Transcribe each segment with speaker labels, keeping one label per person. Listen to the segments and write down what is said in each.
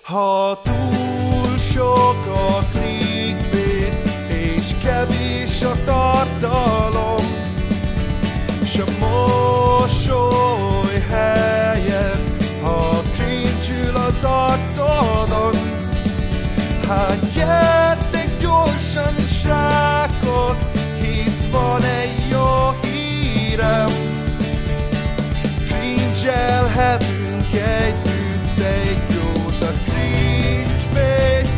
Speaker 1: Ha túl sok a clickbait, és kevés a tartalom, s a mosoly helyett, ha cringe-ül az arcodon, hát gyertek gyorsan, srákok, hisz van egy jó hírem. Cringe-elhetünk együtt egy jót a Cringe Bait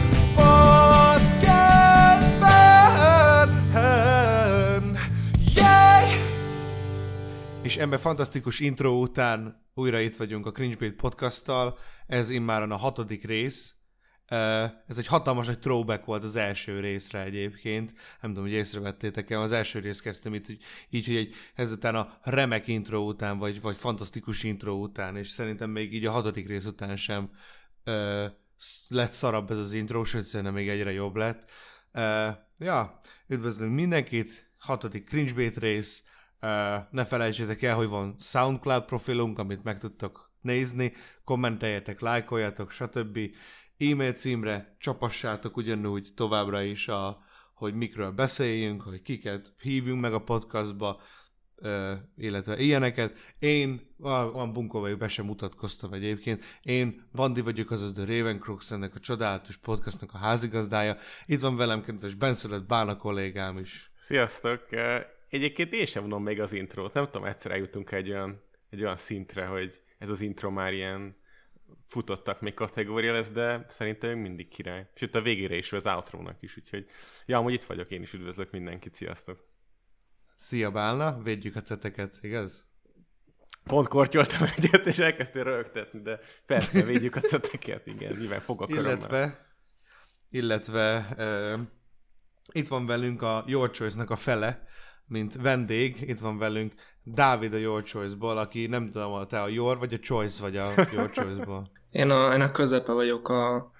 Speaker 1: Podcastben. Yeah! És ebben fantasztikus intro után újra itt vagyunk a Cringe Bait Podcasttal. Ez immáron a 6. rész. Ez egy hatalmas nagy throwback volt az első részre egyébként. Nem tudom, hogy észrevettétek-e, az első részt kezdtem itt így, hogy ezután a remek intro után, vagy fantasztikus intro után, és szerintem még így a 6. rész után sem lett szarabb ez az intro, sőt szerintem még egyre jobb lett. Üdvözlünk mindenkit, 6. Cringe Bait rész. Ne felejtsétek el, hogy van SoundCloud profilunk, amit meg tudtok nézni, kommenteljetek, lájkoljatok, stb. E-mail címre csapassátok ugyanúgy továbbra is, hogy mikről beszéljünk, hogy kiket hívjunk meg a podcastba, illetve ilyeneket. Én, olyan bunkó vagyok, be sem mutatkoztam egyébként. Én Bandi vagyok, azaz The Ravencrux, ennek a csodálatos podcastnak a házigazdája. Itt van velem kedves benszülött Bálna kollégám is.
Speaker 2: Sziasztok! Egyébként én sem mondom még az intrót. Nem tudom, egyszer eljutunk egy olyan szintre, hogy ez az intro már ilyen futottak még kategória lesz, de szerintem mindig király. Sőt, a végére is, az outro-nak is, úgyhogy amúgy itt vagyok, én is üdvözlök mindenkit, sziasztok!
Speaker 1: Szia Bálna, védjük a ceteket, igaz?
Speaker 2: Pont kortyoltam egyet, és elkezdtél rögtetni, de persze, védjük a ceteket, igen, nyilván fogok örömmel.
Speaker 1: Illetve itt van velünk a Your Choice-nak a fele, mint vendég, itt van velünk Dávid a Your Choice-ból, aki nem tudom, te a Your vagy a Choice vagy a Your Choice-ból.
Speaker 3: Én a közepe vagyok, a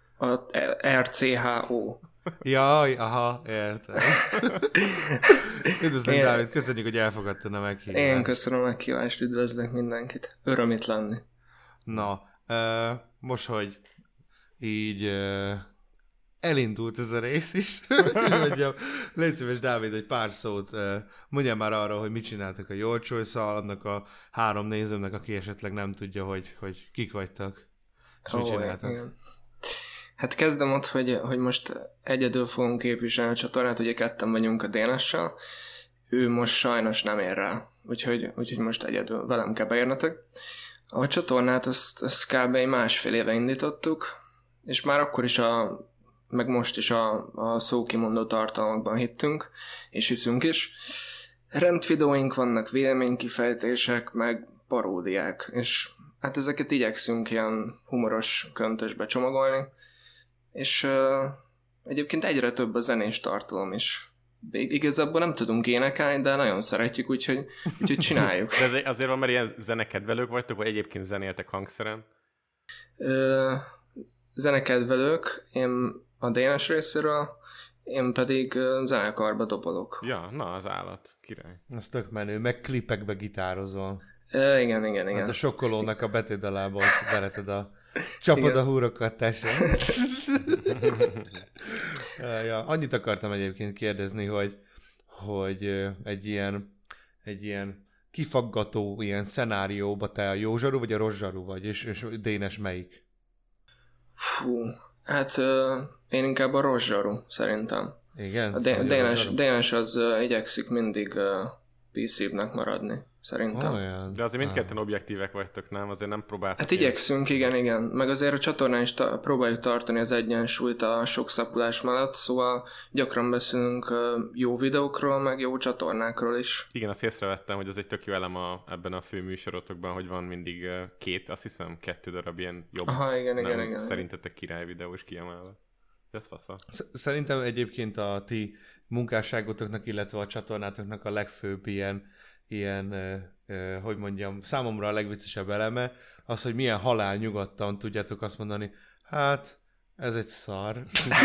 Speaker 3: RCHO.
Speaker 1: Jaj, aha, értem. Üdvözlök, Dávid, köszönjük, hogy elfogadtad a meghívást.
Speaker 3: Én köszönöm a meghívást, üdvözlök mindenkit. Öröm itt lenni.
Speaker 1: Na, most, hogy így elindult ez a rész is, légy szíves, Dávid, egy pár szót mondjál már arról, hogy mit csináltak a Your Choice-szal, annak a 3 nézőmnek, aki esetleg nem tudja, hogy kik vagytok, és mit csináltak. Igen.
Speaker 3: Hát kezdem ott, hogy most egyedül fogunk képviselni a csatornát, ugye ketten vagyunk a Dénessel, ő most sajnos nem ér rá, úgyhogy most egyedül velem kell beérnetek. A csatornát azt kb. 1,5 éve indítottuk, és már akkor is meg most is a szókimondó tartalmakban hittünk, és hiszünk is. Rendvideóink vannak, véleménykifejtések, meg paródiák, és hát ezeket igyekszünk ilyen humoros köntösbe csomagolni, és egyébként egyre több a zenés tartalom is. Igazából nem tudunk énekelni, de nagyon szeretjük, úgyhogy csináljuk.
Speaker 2: De azért van, mert ilyen zenekedvelők vagytok, vagy egyébként zenéltek hangszeren?
Speaker 3: Zenekedvelők, én a Dénes részéről, én pedig zenekarba dobolok.
Speaker 2: Ja, na az állat, király.
Speaker 1: Az tök menő, meg klipekbe gitározol.
Speaker 3: Igen.
Speaker 1: Hát a sokkolónak a betédalába vereted csapod a húrokat, tessék. Annyit akartam egyébként kérdezni, hogy egy ilyen kifaggató ilyen szenárióba te a jó zsaru vagy a rossz zsaru vagy, és Dénes melyik?
Speaker 3: Fú, hát én inkább a rossz zsaru, szerintem.
Speaker 1: Igen?
Speaker 3: A Dénes az igyekszik mindig PC-nek maradni, szerintem.
Speaker 2: De azért mindketten objektívek vagytok, nem? Azért nem próbáltok.
Speaker 3: Hát igyekszünk, igen. Meg azért a csatornán is próbáljuk tartani az egyensúlyt a sok szapulás mellett, szóval gyakran beszélünk jó videókról, meg jó csatornákról is.
Speaker 2: Igen, azt észrevettem, hogy ez egy tök jó elem ebben a fő műsorotokban, hogy van mindig azt hiszem 2 darab ilyen jobb.
Speaker 3: Aha, igen.
Speaker 2: Szerintetek király videó is kiemelve. Ez fasza.
Speaker 1: Szerintem egyébként a ti munkásságotoknak, illetve a csatornátoknak a legfőbb ilyen hogy mondjam, számomra a legviccesebb eleme az, hogy milyen halál nyugodtan tudjátok azt mondani, hát ez egy szar.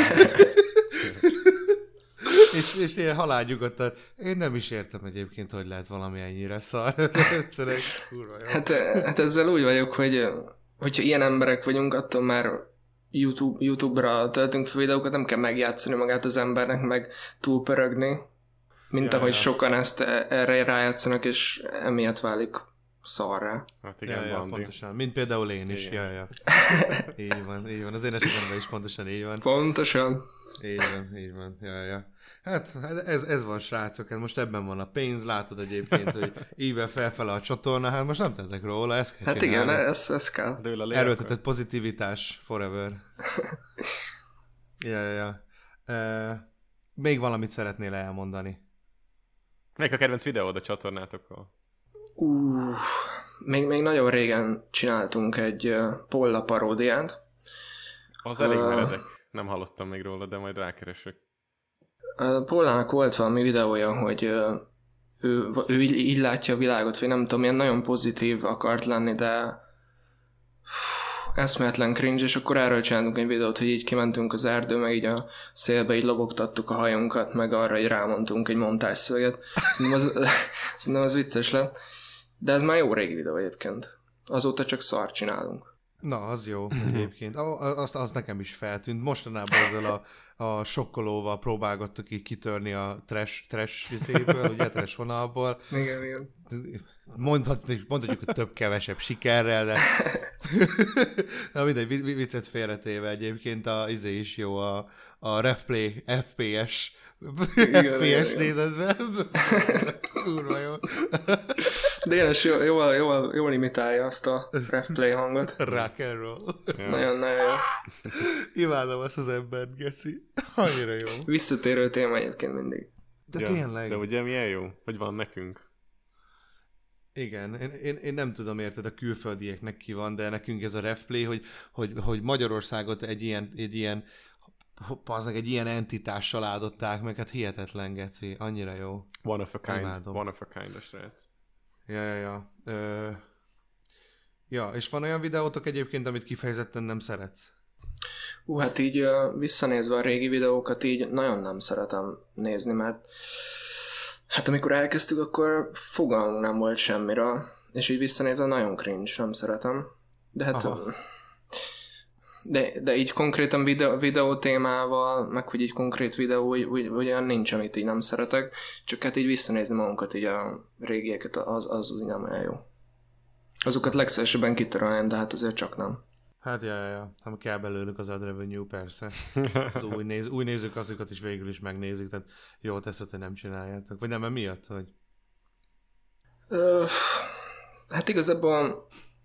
Speaker 1: és ilyen halál nyugodtan. Én nem is értem egyébként, hogy lehet valami ennyire szar.
Speaker 3: Hát ezzel úgy vagyok, hogyha ilyen emberek vagyunk, attól már YouTube-ra töltünk fel videókat, nem kell megjátszani magát az embernek, meg túlpörögni, mint ahogy sokan ezt erre rájátszanak, és emiatt válik szarrá.
Speaker 2: Hát igen,
Speaker 1: pontosan. Mint például én is. Ja. Így van. Az én esetemben is pontosan így van.
Speaker 3: Pontosan.
Speaker 1: Így van. Ja. Hát ez van, srácok, most ebben van a pénz, látod egyébként, hogy ível felfele a csatorna, hát most nem tettek róla, ezt kell
Speaker 3: hát
Speaker 1: csinálni.
Speaker 3: Igen, ez kell.
Speaker 1: Erőltetett pozitivitás forever. Ja. Még valamit szeretnél elmondani?
Speaker 2: Melyik a kedvenc videód a csatornátokról?
Speaker 3: Még nagyon régen csináltunk egy Polla paródiát.
Speaker 2: Az elég meredek. Nem hallottam még róla, de majd rákeresek.
Speaker 3: Pollának volt valami videója, hogy ő így látja a világot, vagy nem tudom, ilyen nagyon pozitív akart lenni, de eszméletlen cringe, és akkor erről csináltunk egy videót, hogy így kimentünk az erdő, meg így a szélbe így lobogtattuk a hajunkat, meg arra így rámondtunk egy montázszöveget. Szerintem az vicces lett. De ez már jó régi videó egyébként. Azóta csak szart csinálunk.
Speaker 1: Na, az jó egyébként. Az nekem is feltűnt. Mostanában ezzel a sokkolóval próbálgattuk így kitörni a trash izéből, ugye trash vonalból.
Speaker 3: Igen.
Speaker 1: Mondhatjuk, hogy több-kevesebb sikerrel, de na mindegy, viccet félretéve egyébként izé is jó a Refplay FPS nézetben. Kurva jó.
Speaker 3: Dénes jól imitálja azt a Refplay hangot.
Speaker 1: Rock and roll.
Speaker 3: Nagyon jó.
Speaker 1: Imádom azt az embert, Geci. Annyira jó.
Speaker 3: Visszatérő téma egyébként mindig.
Speaker 1: De tényleg.
Speaker 2: De ugye milyen jó, hogy van nekünk. Igen,
Speaker 1: én nem tudom, érted, a külföldieknek ki van, de nekünk ez a Refplay, hogy Magyarországot egy ilyen entitással áldották meg, hát hihetetlen, Geci, annyira jó.
Speaker 2: One of a kind a srác.
Speaker 1: Ja. Ja, és van olyan videótok egyébként, amit kifejezetten nem szeretsz?
Speaker 3: Hát így visszanézve a régi videókat így nagyon nem szeretem nézni, mert hát amikor elkezdtük, akkor fogalmunk nem volt semmiről, és így visszanézve nagyon cringe, nem szeretem. De hát... De így konkrétan videó témával, meg hogy így konkrét videó, olyan nincs, amit így nem szeretek, csak hát így visszanézni magunkat, így a régieket, az úgy nem olyan jó. Azokat legszívesebben kitörölném, de hát azért csak nem.
Speaker 1: Hát ja, nem kell belőlük az ad revenue, persze. Az új nézők azokat is végül is megnézik, tehát jó teszed, hogy nem csináljátok. Vagy nem, mert miatt, hogy?
Speaker 3: Hát igazából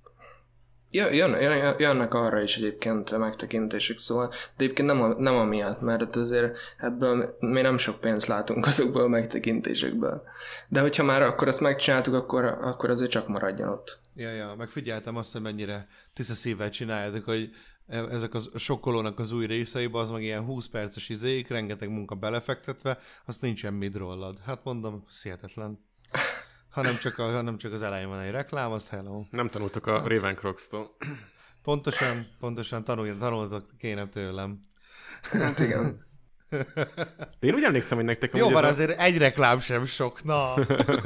Speaker 3: jönnek arra is egyébként megtekintések, szóval, de egyébként nem amiatt, mert azért ebből mi nem sok pénzt látunk azokból a megtekintésekből. De hogyha már akkor azt megcsináltuk, akkor azért csak maradjon ott.
Speaker 1: Ja, megfigyeltem azt, hogy mennyire tiszta szívvel csináljátok, hogy ezek a sokkolónak az új részeiben, az meg ilyen 20 perces izék, rengeteg munka belefektetve, azt nincsen midrollad. Hát mondom, hihetetlen. Hanem csak az elején van egy reklám, azt hello.
Speaker 2: Nem tanultok a Ravencrocs-tól.
Speaker 1: Pontosan tanultok kéne tőlem.
Speaker 3: Hát igen.
Speaker 2: De én úgy emlékszem, hogy nektek...
Speaker 1: Jó, van azért egy reklám sem sok, na.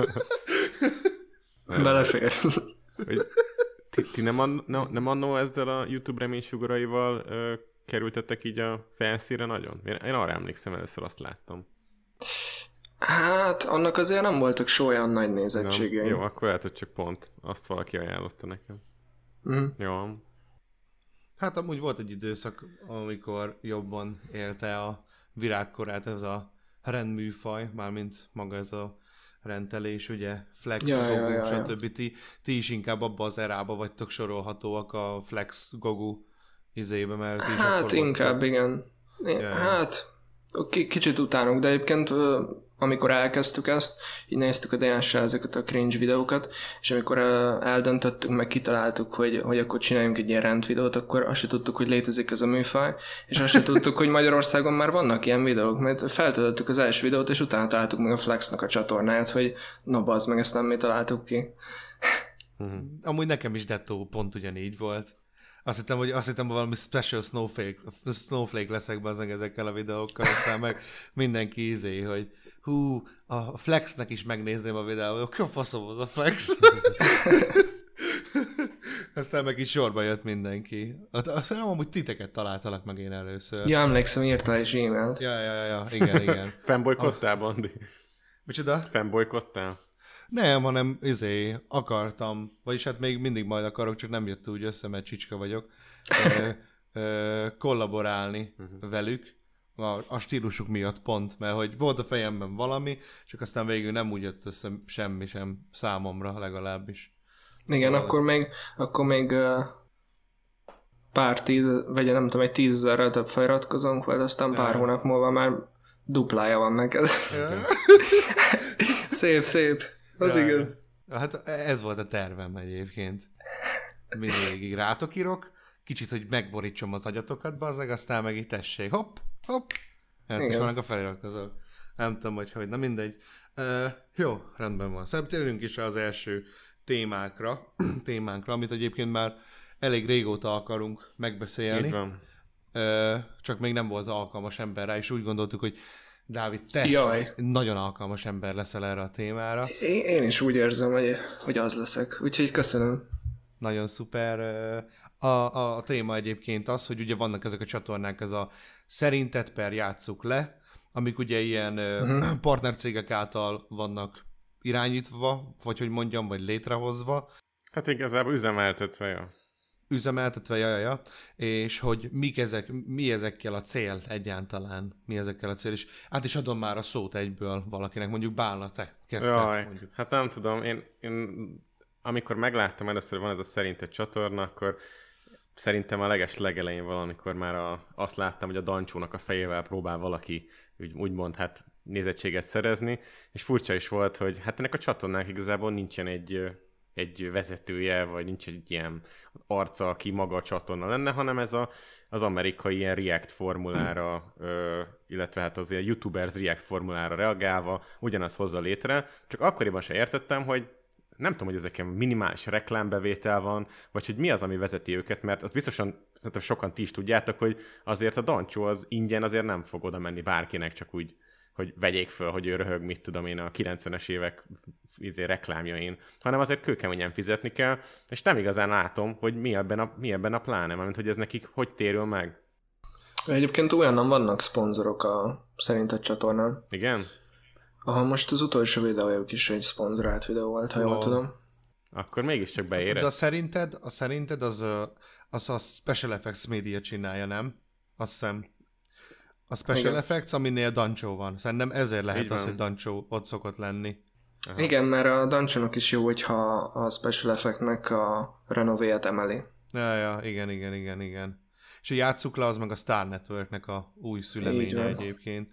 Speaker 3: Belefér.
Speaker 2: Ti nem annó ezzel a YouTube reménysugaraival kerültettek így a felszínre nagyon? Én arra emlékszem, először azt láttam.
Speaker 3: Hát, annak azért nem voltak so olyan nagy nézettségei.
Speaker 2: Jó, akkor lehet, hogy csak pont azt valaki ajánlotta nekem. Jó.
Speaker 1: Hát amúgy volt egy időszak, amikor jobban élte a virágkorát ez a rendműfaj, mármint maga ez a rendelés, ugye, Flex, Gogu, stb. Ti is inkább abba az erába vagytok sorolhatóak a Flex, Gogu izébe, mert ti is
Speaker 3: hát inkább, igen. Hát, kicsit utánuk, de egyébként amikor elkezdtük ezt, így néztük a DNS-sel ezeket a cringe videókat, és amikor eldöntöttük, meg kitaláltuk, hogy akkor csináljunk egy ilyen rendvideót, akkor azt se tudtuk, hogy létezik ez a műfaj, és azt se tudtuk, hogy Magyarországon már vannak ilyen videók, mert feltöltöttük az első videót, és utána találtuk meg a Flexnak a csatornáját, hogy na bazd meg, ezt nem mi találtuk ki.
Speaker 1: Amúgy nekem is dettó pont ugyanígy volt. Azt hittem, valami special snowflake leszek bazdmeg ezekkel a videókkal, aztán meg mindenki hogy a Flexnek is megnézném a videót. A faszom az a Flex. Aztán meg is sorba jött mindenki. Aztán amúgy titeket találtalak meg én először.
Speaker 3: Ja, emlékszem, írtál is e-mailt.
Speaker 1: Ja, igen.
Speaker 2: Fanboykodtál, Bandi?
Speaker 1: Micsoda?
Speaker 2: Fanboykodtál?
Speaker 1: Nem, hanem akartam, vagyis hát még mindig majd akarok, csak nem jött úgy össze, mert csicska vagyok, kollaborálni velük, a stílusuk miatt pont, mert hogy volt a fejemben valami, csak aztán végül nem úgy jött össze semmi sem számomra legalábbis.
Speaker 3: Igen, akkor még pár vagy nem tudom, egy 10 000-rel több feliratkozónk volt, aztán pár hónap múlva már duplája van neked. Szép. Az igen.
Speaker 1: Hát ez volt a tervem egyébként. Mindvégig rátok írok, kicsit, hogy megborítsom az agyatokat, bazzeg, aztán meg itt tessék, hopp, hát is vannak a feliratkozók. Nem tudom, hogy na mindegy. Jó, rendben van. Szerintem térjünk is az első témánkra, amit egyébként már elég régóta akarunk megbeszélni.
Speaker 2: Így van.
Speaker 1: Csak még nem volt alkalmas ember rá, és úgy gondoltuk, hogy Dávid, te nagyon alkalmas ember leszel erre a témára.
Speaker 3: Én is úgy érzem, hogy az leszek, úgyhogy köszönöm.
Speaker 1: Nagyon szuper. A téma egyébként az, hogy ugye vannak ezek a csatornák, ez a szerinted per játsszuk le, amik ugye ilyen partnercégek által vannak irányítva, vagy hogy mondjam, vagy létrehozva.
Speaker 2: Hát igazából üzemeltetve,
Speaker 1: ja. És hogy mi ezekkel a cél egyáltalán, mi ezekkel a cél, és át is adom már a szót egyből valakinek, mondjuk Bálna, te kezdtek. Mondjuk.
Speaker 2: Hát nem tudom, én amikor megláttam először, van ez a szerinted csatorna, akkor szerintem a legelején valamikor már azt láttam, hogy a Dancsónak a fejével próbál valaki úgymond hát nézettséget szerezni, és furcsa is volt, hogy hát ennek a csatornának igazából nincsen egy vezetője, vagy nincs egy ilyen arca, aki maga a csatorna lenne, hanem ez az amerikai ilyen React formulára, illetve hát az ilyen YouTubers React formulára reagálva ugyanazt hozza létre, csak akkoriban se értettem, hogy nem tudom, hogy ezeken minimális reklámbevétel van, vagy hogy mi az, ami vezeti őket, mert az biztosan, szerintem sokan ti is tudjátok, hogy azért a Dancsó az ingyen azért nem fog oda menni bárkinek, csak úgy, hogy vegyék föl, hogy ő röhög, mit tudom én, a 90-es évek reklámjain, hanem azért kőkeményen fizetni kell, és nem igazán látom, hogy mi ebben a pláne, mert hogy ez nekik hogy térül meg.
Speaker 3: Egyébként olyanan vannak szponzorok szerint a csatornán.
Speaker 2: Igen?
Speaker 3: Aha, most az utolsó videójuk is egy szponzorált videó volt, ha jól tudom.
Speaker 2: Akkor mégiscsak beérett.
Speaker 1: De szerinted az a Special Effects Media csinálja, nem? Azt hiszem. A Special Effects, aminél Dancsó van. Szerintem ezért lehet az, hogy Dancsó ott szokott lenni.
Speaker 3: Aha. Igen, mert a Dancsónak is jó, hogyha a Special Effectnek a renovéját emeli.
Speaker 1: Ja, igen. És a Játsszuk le, az meg a Star Networknek a új szüleménye egyébként.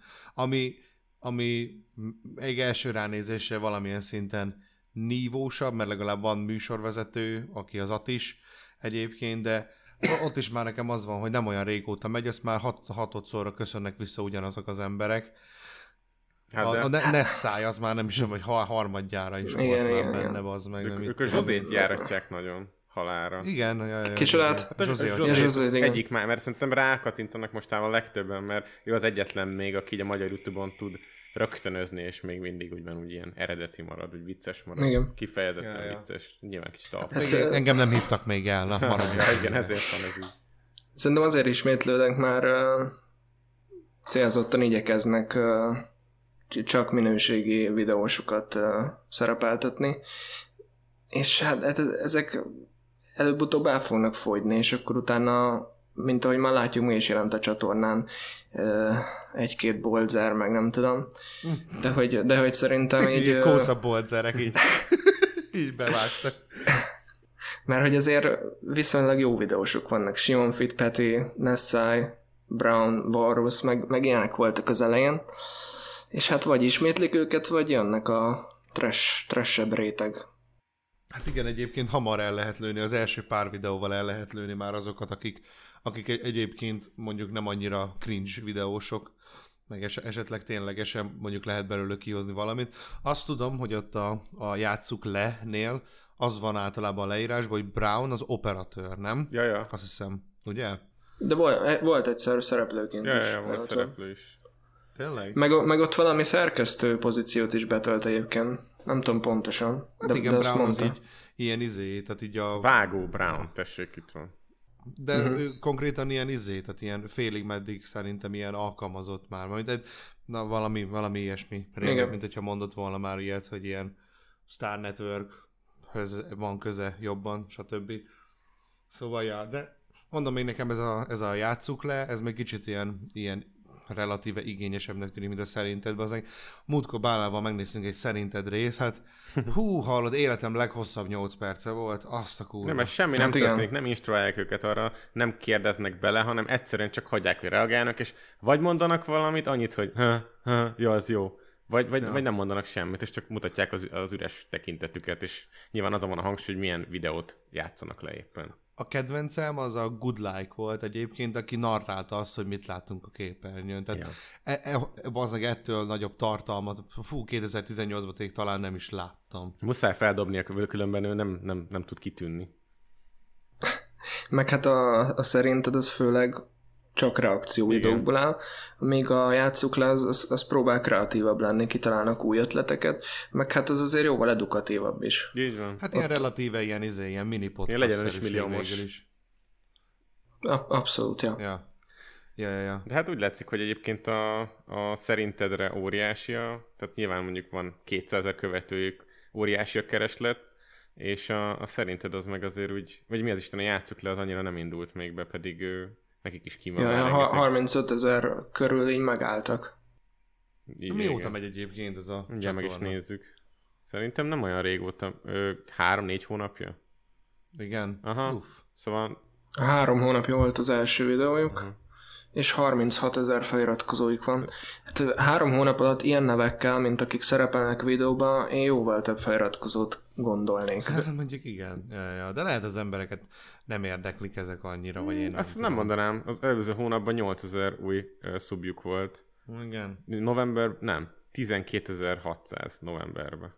Speaker 1: Ami egy első ránézésre valamilyen szinten nívósabb, mert legalább van műsorvezető, aki az Atis egyébként, de ott is már nekem az van, hogy nem olyan régóta megy, ezt már hatodszorra köszönnek vissza ugyanazok az emberek. Hát a Nessai az már nem is, hogy harmadjára is volt már benne, az meg.
Speaker 2: Ők a Zsozét járatják nagyon halálra.
Speaker 1: Igen.
Speaker 3: Kicsodát?
Speaker 2: Hát Zsozé egyik már, mert szerintem rákatintanak mostában a legtöbben, mert ő az egyetlen még, aki a magyar YouTube-on tud rögtönözni, és még mindig úgy ilyen eredeti marad, úgy vicces marad. Igen. Kifejezetten vicces. Nyilván kicsit alapvető.
Speaker 1: Engem nem hívtak még el, maradjál.
Speaker 2: Igen, ezért van ez így.
Speaker 3: Szerintem azért ismétlődnek már célzottan igyekeznek csak minőségi videósokat szerepeltetni, és hát ezek előbb-utóbb el fognak fogyni, és akkor utána, mint ahogy már látjuk, mi is jelent a csatornán, egy-két bolzer, meg nem tudom, de hogy szerintem így...
Speaker 1: Kósza bolzerek így, így bevágtak.
Speaker 3: Mert hogy azért viszonylag jó videósok vannak. Simon Fit, Peti, Nessai, Brown, Varus, meg ilyenek voltak az elején, és hát vagy ismétlik őket, vagy jönnek a trash-ebb réteg.
Speaker 1: Hát igen, egyébként hamar el lehet lőni, az első pár videóval el lehet lőni már azokat, akik egyébként mondjuk nem annyira cringe videósok, meg esetleg ténylegesen mondjuk lehet belőle kihozni valamit. Azt tudom, hogy ott a Játsszuk le-nél az van általában a leírásban, hogy Brown az operatőr, nem?
Speaker 2: Ja.
Speaker 1: Azt hiszem, ugye?
Speaker 3: De volt egyszer szereplőként is.
Speaker 2: Ja, volt szereplő is.
Speaker 1: Tényleg?
Speaker 3: Meg ott valami szerkesztő pozíciót is betölt egyébként. Nem tudom pontosan.
Speaker 1: Hát igen, Brown az tehát így a...
Speaker 2: Vágó Brown, tessék, itt van.
Speaker 1: De ő konkrétan ilyen tehát ilyen félig meddig szerintem ilyen alkalmazott már. Majd, na, valami ilyesmi. Régen, mint hogyha mondott volna már ilyet, hogy ilyen Star Network-höz van köze jobban, stb. Szóval, ja, de mondom még nekem ez a játsszuk le, ez még kicsit ilyen relatíve igényesebbnek tűnik, mint a szerinted. Múltkor Bálával megnéztünk egy szerinted rész, hát hallod, életem leghosszabb 8 perce volt, azt a kurva.
Speaker 2: Nem, ez semmi nem történik, nem instruálják őket arra, nem kérdeznek bele, hanem egyszerűen csak hagyják, hogy reagálnak, és vagy mondanak valamit, annyit, hogy jó, az jó. Vagy nem mondanak semmit, és csak mutatják az üres tekintetüket, és nyilván azon van a hangsúly, hogy milyen videót játszanak le éppen.
Speaker 1: A kedvencem az a Good Like volt egyébként, aki narrálta azt, hogy mit látunk a képernyőn. Tehát bazdmeg ettől nagyobb tartalmat, 2018-ban talán nem is láttam.
Speaker 2: Muszáj feldobni, különben ő nem tud kitűnni.
Speaker 3: Meg hát a szerinted az főleg csak reakcióidókból áll, még a játsszuk le, az próbál kreatívabb lenni, kitalálnak új ötleteket, meg hát az azért jóval edukatívabb is.
Speaker 2: Így van.
Speaker 1: Hát ilyen relatíve ilyen mini podcast.
Speaker 2: Legyen is milliómos.
Speaker 3: Abszolút, ja.
Speaker 1: Ja.
Speaker 2: De hát úgy látszik, hogy egyébként a szerintedre óriási tehát nyilván mondjuk van 200 000 követőjük, óriási a kereslet, és a szerinted az meg azért úgy, vagy mi az Isten, a játsszuk le, az annyira nem indult még be, pedig nekik is ki van.
Speaker 3: 35 000 körül így megálltak.
Speaker 1: Mióta megy egyébként ez a
Speaker 2: csatorna?
Speaker 1: Ugye
Speaker 2: meg is nézzük. Szerintem nem olyan régóta, 3-4 hónapja.
Speaker 1: Igen?
Speaker 2: Aha. Szóval...
Speaker 3: 3 hónapja volt az első videójuk, és 36 000 feliratkozóik van. Hát 3 hónap alatt ilyen nevekkel, mint akik szerepelnek videóban, én jóval több feliratkozót gondolnék.
Speaker 1: Hát mondjuk igen, ja. De lehet az embereket nem érdeklik ezek annyira, vagy én
Speaker 2: Azt nem mondanám, az előző hónapban 8000 új szubjuk volt.
Speaker 1: Igen.
Speaker 2: November, nem, 12.600 novemberben.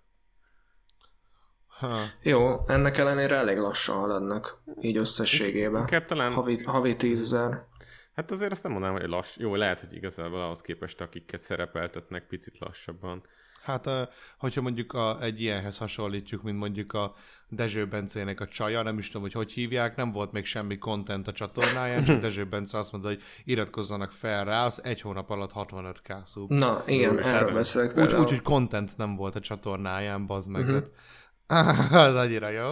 Speaker 3: Jó, ennek ellenére elég lassan haladnak, így összességében.
Speaker 2: Talán...
Speaker 3: Havi 10 000.
Speaker 2: Hát azért azt nem mondanám, hogy Jó, lehet, hogy igazából ahhoz képest, akiket szerepeltetnek, picit lassabban.
Speaker 1: Hát, hogyha mondjuk egy ilyenhez hasonlítjuk, mint mondjuk a Dezső Bencének a csaja, nem is tudom, hogy hívják, nem volt még semmi content a csatornáján, csak Dezső Bence azt mondta, hogy iratkozzanak fel rá, az 1 hónap alatt 65k szub.
Speaker 3: Na, igen, erről beszélek például.
Speaker 1: Úgy, hogy content nem volt a csatornáján, bazd meg. Az annyira jó.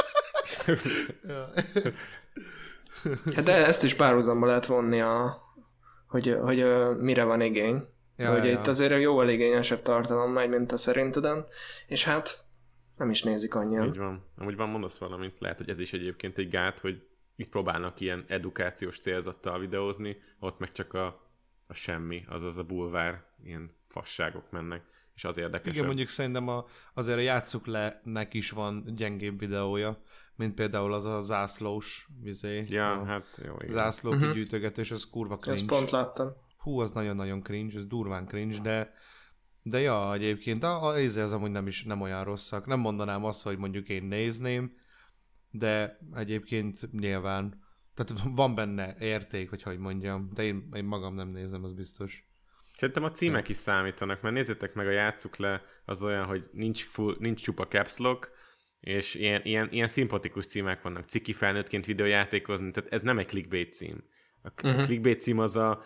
Speaker 3: Hát de ezt is párhuzamba lehet vonni, hogy mire van igény. Itt azért jóval igényesebb tartalom megy, mint a szerinteden, és hát nem is nézik annyian.
Speaker 2: Így van. Amúgy mondasz valamit, lehet, hogy ez is egyébként egy gát, hogy itt próbálnak ilyen edukációs célzattal videózni, ott meg csak a semmi, azaz a bulvár, ilyen fasságok mennek, és az érdekesebb.
Speaker 1: Igen, mondjuk szerintem azért a játsszuk le-nek is van gyengébb videója, mint például az a zászlós
Speaker 2: hát jó, igen.
Speaker 1: Zászló kigyűjtögetés, az kurva cringe.
Speaker 3: Ezt pont láttam.
Speaker 1: Hú, az nagyon-nagyon cringe, ez durván cringe, de ja, egyébként az amúgy nem olyan rosszak. Nem mondanám azt, hogy mondjuk én nézném, de egyébként nyilván, tehát van benne érték, vagy hogy mondjam, de én magam nem nézem, az biztos.
Speaker 2: Szerintem a címek is számítanak, mert nézzétek meg, a játsszuk le, az olyan, hogy nincs csupa caps lock, és ilyen szimpatikus címek vannak. Ciki felnőttként videójátékozni, tehát ez nem egy clickbait cím. A clickbait cím az a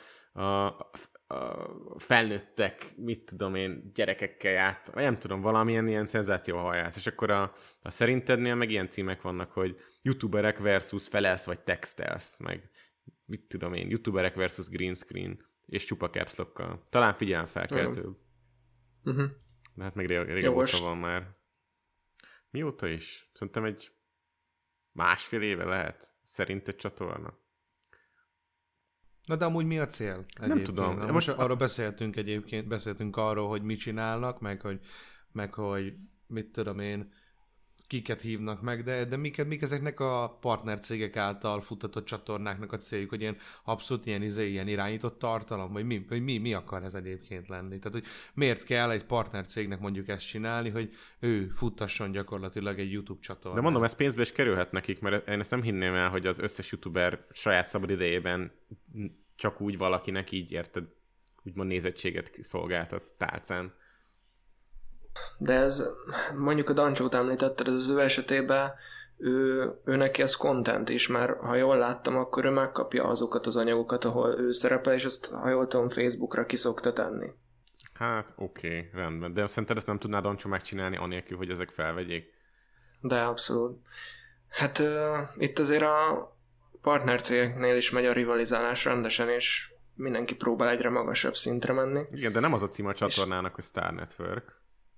Speaker 2: felnőttek, mit tudom én, gyerekekkel játsz, vagy nem tudom, valamilyen ilyen szenzációhajász, és akkor a szerintednél meg ilyen címek vannak, hogy youtuberek versus felelsz vagy textelsz, meg mit tudom én, youtuberek versus green screen, és csupa caps lockkal. Talán figyelemfelkeltőbb. De hát meg régóta van már. Mióta is? Szerintem egy 1,5 éve lehet szerinted csatorna.
Speaker 1: Na de amúgy mi a cél? Egyébként?
Speaker 2: Nem tudom.
Speaker 1: Most arról beszéltünk arról, hogy mit csinálnak, meg hogy mit tudom én, kiket hívnak meg, de mik ezeknek a partnercégek által futtatott csatornáknak a céljuk, hogy ilyen abszolút ilyen irányított tartalom, vagy mi akar ez egyébként lenni? Tehát, hogy miért kell egy partnercégnek mondjuk ezt csinálni, hogy ő futtasson gyakorlatilag egy YouTube csatornát?
Speaker 2: De mondom, ez pénzbe is kerülhet nekik, mert én ezt nem hinném el, hogy az összes youtuber saját szabad idejében csak úgy valakinek így, érted, úgymond nézettséget szolgáltat tálcán.
Speaker 3: De ez, mondjuk a Dancsót említetted, ez az ő esetében ő neki ez content is, mert ha jól láttam, akkor ő megkapja azokat az anyagokat, ahol ő szerepel, és azt, ha jól tudom, Facebookra ki szokta tenni.
Speaker 2: Hát oké, rendben. De szerinted ezt nem tudná Dancsó megcsinálni anélkül, hogy ezek felvegyék?
Speaker 3: De abszolút. Hát itt azért a partnercégeknél is megy a rivalizálás rendesen, és mindenki próbál egyre magasabb szintre menni.
Speaker 2: Igen, de nem az a cím a csatornának, hogy Star Network.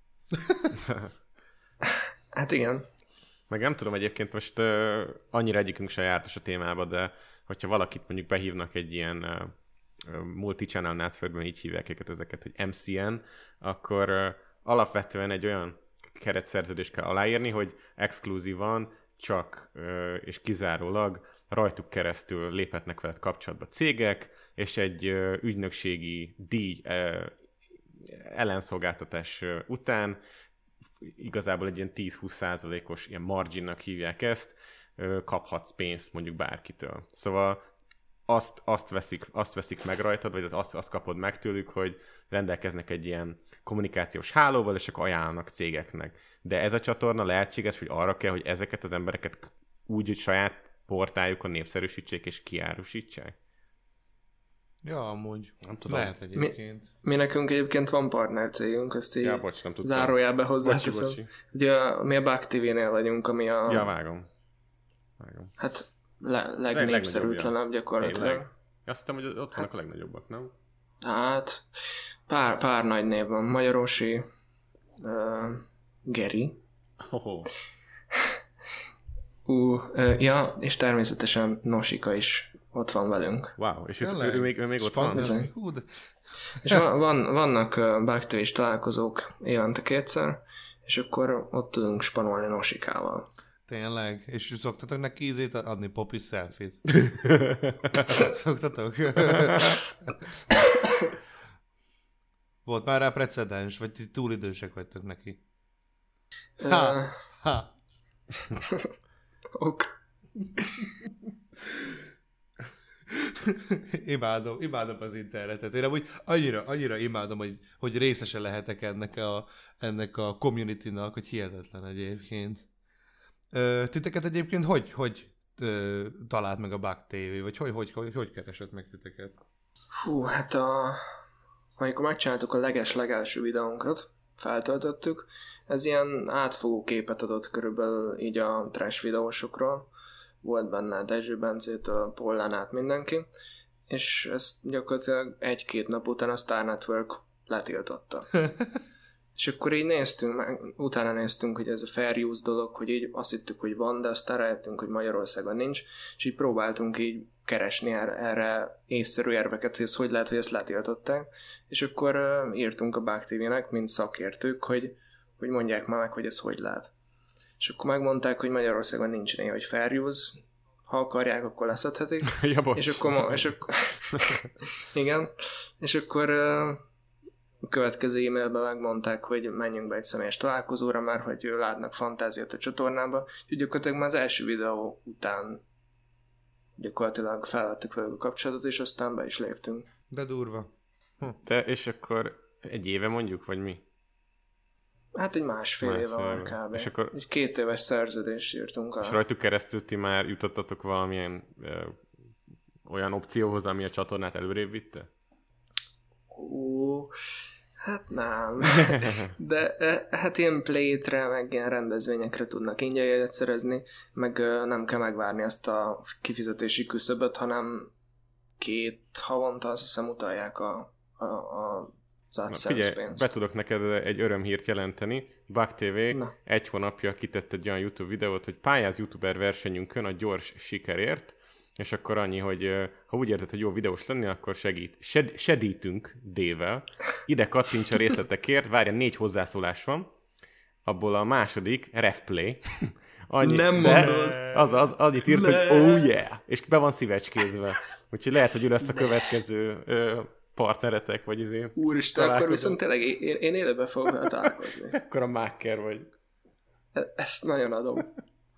Speaker 3: Hát igen.
Speaker 2: Meg nem tudom, egyébként most annyira egyikünk se jártas a témába, de hogyha valakit mondjuk behívnak egy ilyen multi-channel networkben, így hívják ezeket, hogy MCN, akkor alapvetően egy olyan keretszerződést kell aláírni, hogy exkluzívan csak és kizárólag rajtuk keresztül léphetnek veled kapcsolatba cégek, és egy ügynökségi díj ellenszolgáltatás után igazából egy ilyen 10-20%-os ilyen marginnak hívják ezt, kaphatsz pénzt mondjuk bárkitől. Szóval azt veszik meg rajtad, vagy azt kapod meg tőlük, hogy rendelkeznek egy ilyen kommunikációs hálóval, és akkor ajánlanak cégeknek. De ez a csatorna lehetséges, hogy arra kell, hogy ezeket az embereket úgy, hogy saját portájukon népszerűsítsék és kiárusítsák?
Speaker 1: Ja, amúgy.
Speaker 2: Nem tudom.
Speaker 1: Lehet egyébként.
Speaker 3: Mi nekünk egyébként van partnercégünk, ezt így zárójelbe hozzáteszem. Ugye mi a Bug TV-nél vagyunk, ami a...
Speaker 2: Ja, vágom.
Speaker 3: Hát legnépszerűtlenebb gyakorlatilag.
Speaker 2: Tényleg? Azt hiszem, hogy ott vannak a legnagyobbak, nem?
Speaker 3: Hát pár nagy név van. Magyarosi, Geri. Ja, és természetesen Nosika is ott van velünk.
Speaker 2: Wow, és ő még ott van?
Speaker 3: És vannak Bug-TV-s találkozók évente 2-szer, és akkor ott tudunk spanolni Nosikával.
Speaker 1: Tényleg? És szoktatok neki ízét adni popis selfie-t? Szoktatok? Volt már rá precedens, vagy ti túl idősek vagytok neki? Ha!
Speaker 3: Ok.
Speaker 1: Imádom az internetet. Én amúgy annyira imádom, hogy részese lehetek ennek a community-nak, hogy hihetetlen egyébként. Titeket egyébként hogy talált meg a Bug TV, vagy hogy keresett meg titeket?
Speaker 3: Fú, hát amikor megcsináltuk a legelső videónkat, feltöltöttük, ez ilyen átfogó képet adott körülbelül így a trash videósokról. Volt benne Dezső Bencétől, Pollán át mindenki, és ezt gyakorlatilag 1-2 nap után a Star Network letiltotta. És akkor így utána néztünk, hogy ez a fair use dolog, hogy így azt hittük, hogy van, de aztán rájöttünk, hogy Magyarországon nincs, és így próbáltunk így keresni erre észszerű érveket, hogy ez hogy lehet, hogy ezt letiltották, és akkor írtunk a Bug TV-nek, mint szakértők, hogy mondják már meg, hogy ez hogy lehet. És akkor megmondták, hogy Magyarországon nincs ilyen, hogy fair use, ha akarják, akkor leszedhetik.
Speaker 2: Ja,
Speaker 3: és akkor igen, és akkor a következő e-mailben megmondták, hogy menjünk be egy személyes találkozóra, mert hogy látnak fantáziát a csatornába, úgyhogy gyakorlatilag már az első videó után gyakorlatilag felvettük velük a kapcsolatot, és aztán be is léptünk.
Speaker 1: De durva.
Speaker 2: De és akkor egy éve mondjuk, vagy mi?
Speaker 3: Hát egy másfél éve van kb. És akkor egy 2 éves szerződést írtunk.
Speaker 2: És rajtuk keresztül ti már jutottatok valamilyen olyan opcióhoz, ami a csatornát előrébb vitte?
Speaker 3: Hát nem. De hát ilyen play-re, meg ilyen rendezvényekre tudnak ingyen jegyet szerezni, meg nem kell megvárni azt a kifizetési küszöböt, hanem 2 havonta azt hiszem utalják az AdSense pénzt.
Speaker 2: Be tudok neked egy örömhírt jelenteni. Bug TV egy hónapja kitett egy olyan YouTube videót, hogy pályáz YouTuber versenyünkön a gyors sikerért, és akkor annyi, hogy ha úgy érted, hogy jó videós lenni, akkor segítünk D-vel. Ide kattints a részletekért, várja, 4 hozzászólás van, abból a második, Refplay.
Speaker 3: Nem mondod.
Speaker 2: Az annyit írt, hogy oh yeah, és be van szívecskézve. Úgyhogy lehet, hogy ő lesz a következő partneretek, vagy izé.
Speaker 3: Úristen, akkor viszont tényleg én élőben fogok találkozni.
Speaker 2: Ekkora mákker vagy.
Speaker 3: Ezt nagyon adom.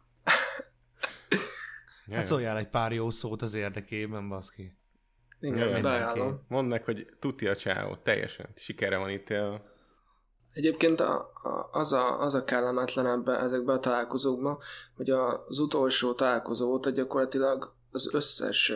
Speaker 1: Hát szóljál egy pár jó szót az érdekében, baszki.
Speaker 3: Igen, beállom.
Speaker 2: Mondd meg, hogy tuti a csáó, teljesen. Sikerre van itt.
Speaker 3: Egyébként az a kellemetlenebb ezekben a találkozókban, hogy az utolsó találkozó óta gyakorlatilag az összes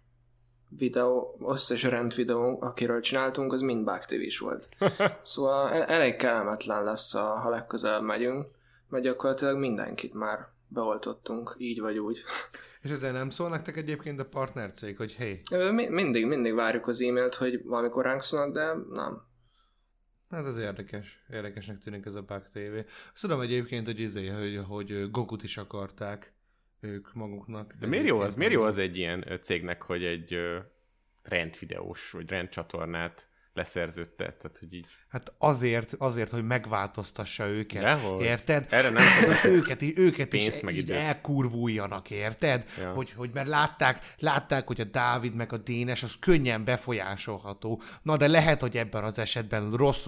Speaker 3: rendvideó, akiről csináltunk, az mind BugTV-s volt. Szóval elég kellemetlen lesz, ha legközelebb megyünk, mert gyakorlatilag mindenkit már beoltottunk, így vagy úgy.
Speaker 1: És ezzel nem szól nektek egyébként a partnercég, hogy hey?
Speaker 3: Mindig várjuk az e-mailt, hogy valamikor ránk szólnak, de nem.
Speaker 1: Hát ez érdekes. Érdekesnek tűnik ez a BugTV. Azt tudom egyébként, hogy Gokut is akarták ők maguknak.
Speaker 2: De miért jó az egy ilyen cégnek, hogy egy rendvideós, vagy rendcsatornát leszerződtet? Tehát, hogy így...
Speaker 1: Hát azért, hogy megváltoztassa őket.
Speaker 2: Dehogy.
Speaker 1: Érted?
Speaker 2: Erre nem
Speaker 1: őket is így elkurvuljanak, érted?
Speaker 2: Ja.
Speaker 1: Hogy mert látták, hogy a Dávid meg a Dénes az könnyen befolyásolható. Na, de lehet, hogy ebben az esetben rossz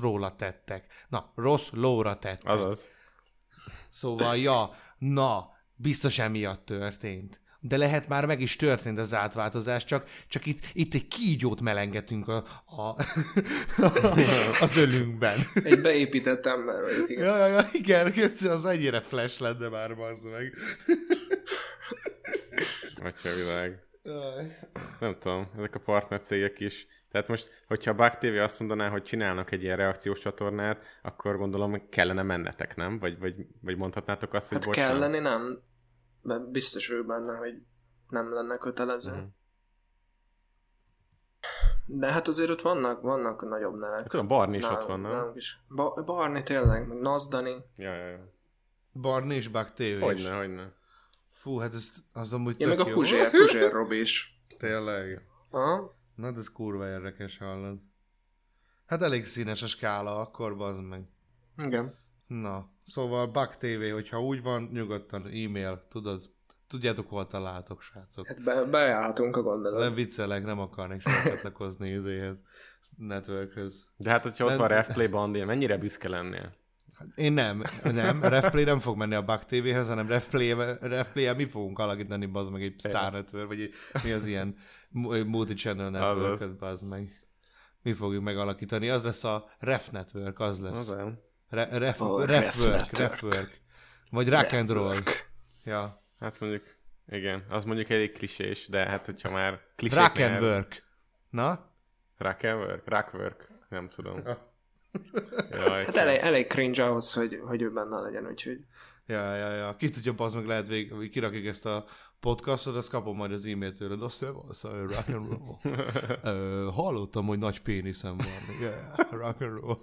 Speaker 1: lóra tettek.
Speaker 2: Azaz.
Speaker 1: Szóval, biztos emiatt történt. De lehet már meg is történt az átváltozás, csak itt egy kígyót melengetünk az ölünkben.
Speaker 3: Egy beépített ember vagyok, igen.
Speaker 1: Ja, igen, az ennyire flash lenne már, bazd meg.
Speaker 2: Atya világ. Nem tudom, ezek a partnercégek is. Tehát most, hogyha a BugTV azt mondaná, hogy csinálnak egy ilyen reakciós csatornát, akkor gondolom, kellene mennetek, nem? Vagy mondhatnátok azt, hogy
Speaker 3: hát
Speaker 2: bocsánat?
Speaker 3: kellene, nem. Biztos vagyok benne, hogy nem lenne kötelező.
Speaker 2: Mm.
Speaker 3: De hát azért ott vannak nagyobb nevek.
Speaker 2: Tudom, Barni is ott van, nem?
Speaker 3: Barni tényleg, meg Nazdani.
Speaker 2: Ja.
Speaker 1: Barni és BugTV is.
Speaker 2: Hogyne.
Speaker 1: Fú, hát az amúgy
Speaker 3: Ja,
Speaker 1: tök
Speaker 3: meg a
Speaker 1: jó.
Speaker 3: Puzsér Robi is.
Speaker 1: Tényleg.
Speaker 3: Aha.
Speaker 1: Na, ez kurva érdekes, hallod. Hát elég színes a skála, akkor bazd meg.
Speaker 3: Igen.
Speaker 1: Na, szóval BugTV, hogyha úgy van, nyugodtan e-mail, tudjátok, hol találtok, srácok.
Speaker 3: Hát beállhatunk a gondolat.
Speaker 1: Nem viccelek, nem akarnék sem csatlakozni izéhez, networkhöz.
Speaker 2: De hát, hogyha ott van RefPlay Bandél, mennyire büszke lennél?
Speaker 1: Én nem. RefPlay nem fog menni a BugTV-hez, hanem RefPlay-el mi fogunk alakítani, bazd meg egy Star Network, vagy mi az ilyen multi-channel network-et, bazd meg. Mi fogjuk megalakítani? Az lesz a Ref Network, az lesz. Refwork. Vagy Rock and Roll. Ja.
Speaker 2: Hát mondjuk, igen, az mondjuk elég klisés, de hát hogyha már klisés...
Speaker 1: Rock and Work. Na?
Speaker 2: Rockwork, nem tudom.
Speaker 3: Jaj, hát elég cringe ahhoz, hogy ő benne legyen, úgyhogy...
Speaker 1: Ja. Ki tudja, bazd meg, lehet kirakjuk ezt a podcastot, azt kapom majd az e-mailt tőled. Azt rock and roll. Hallottam, hogy nagy péniszem van. Yeah, rock and roll.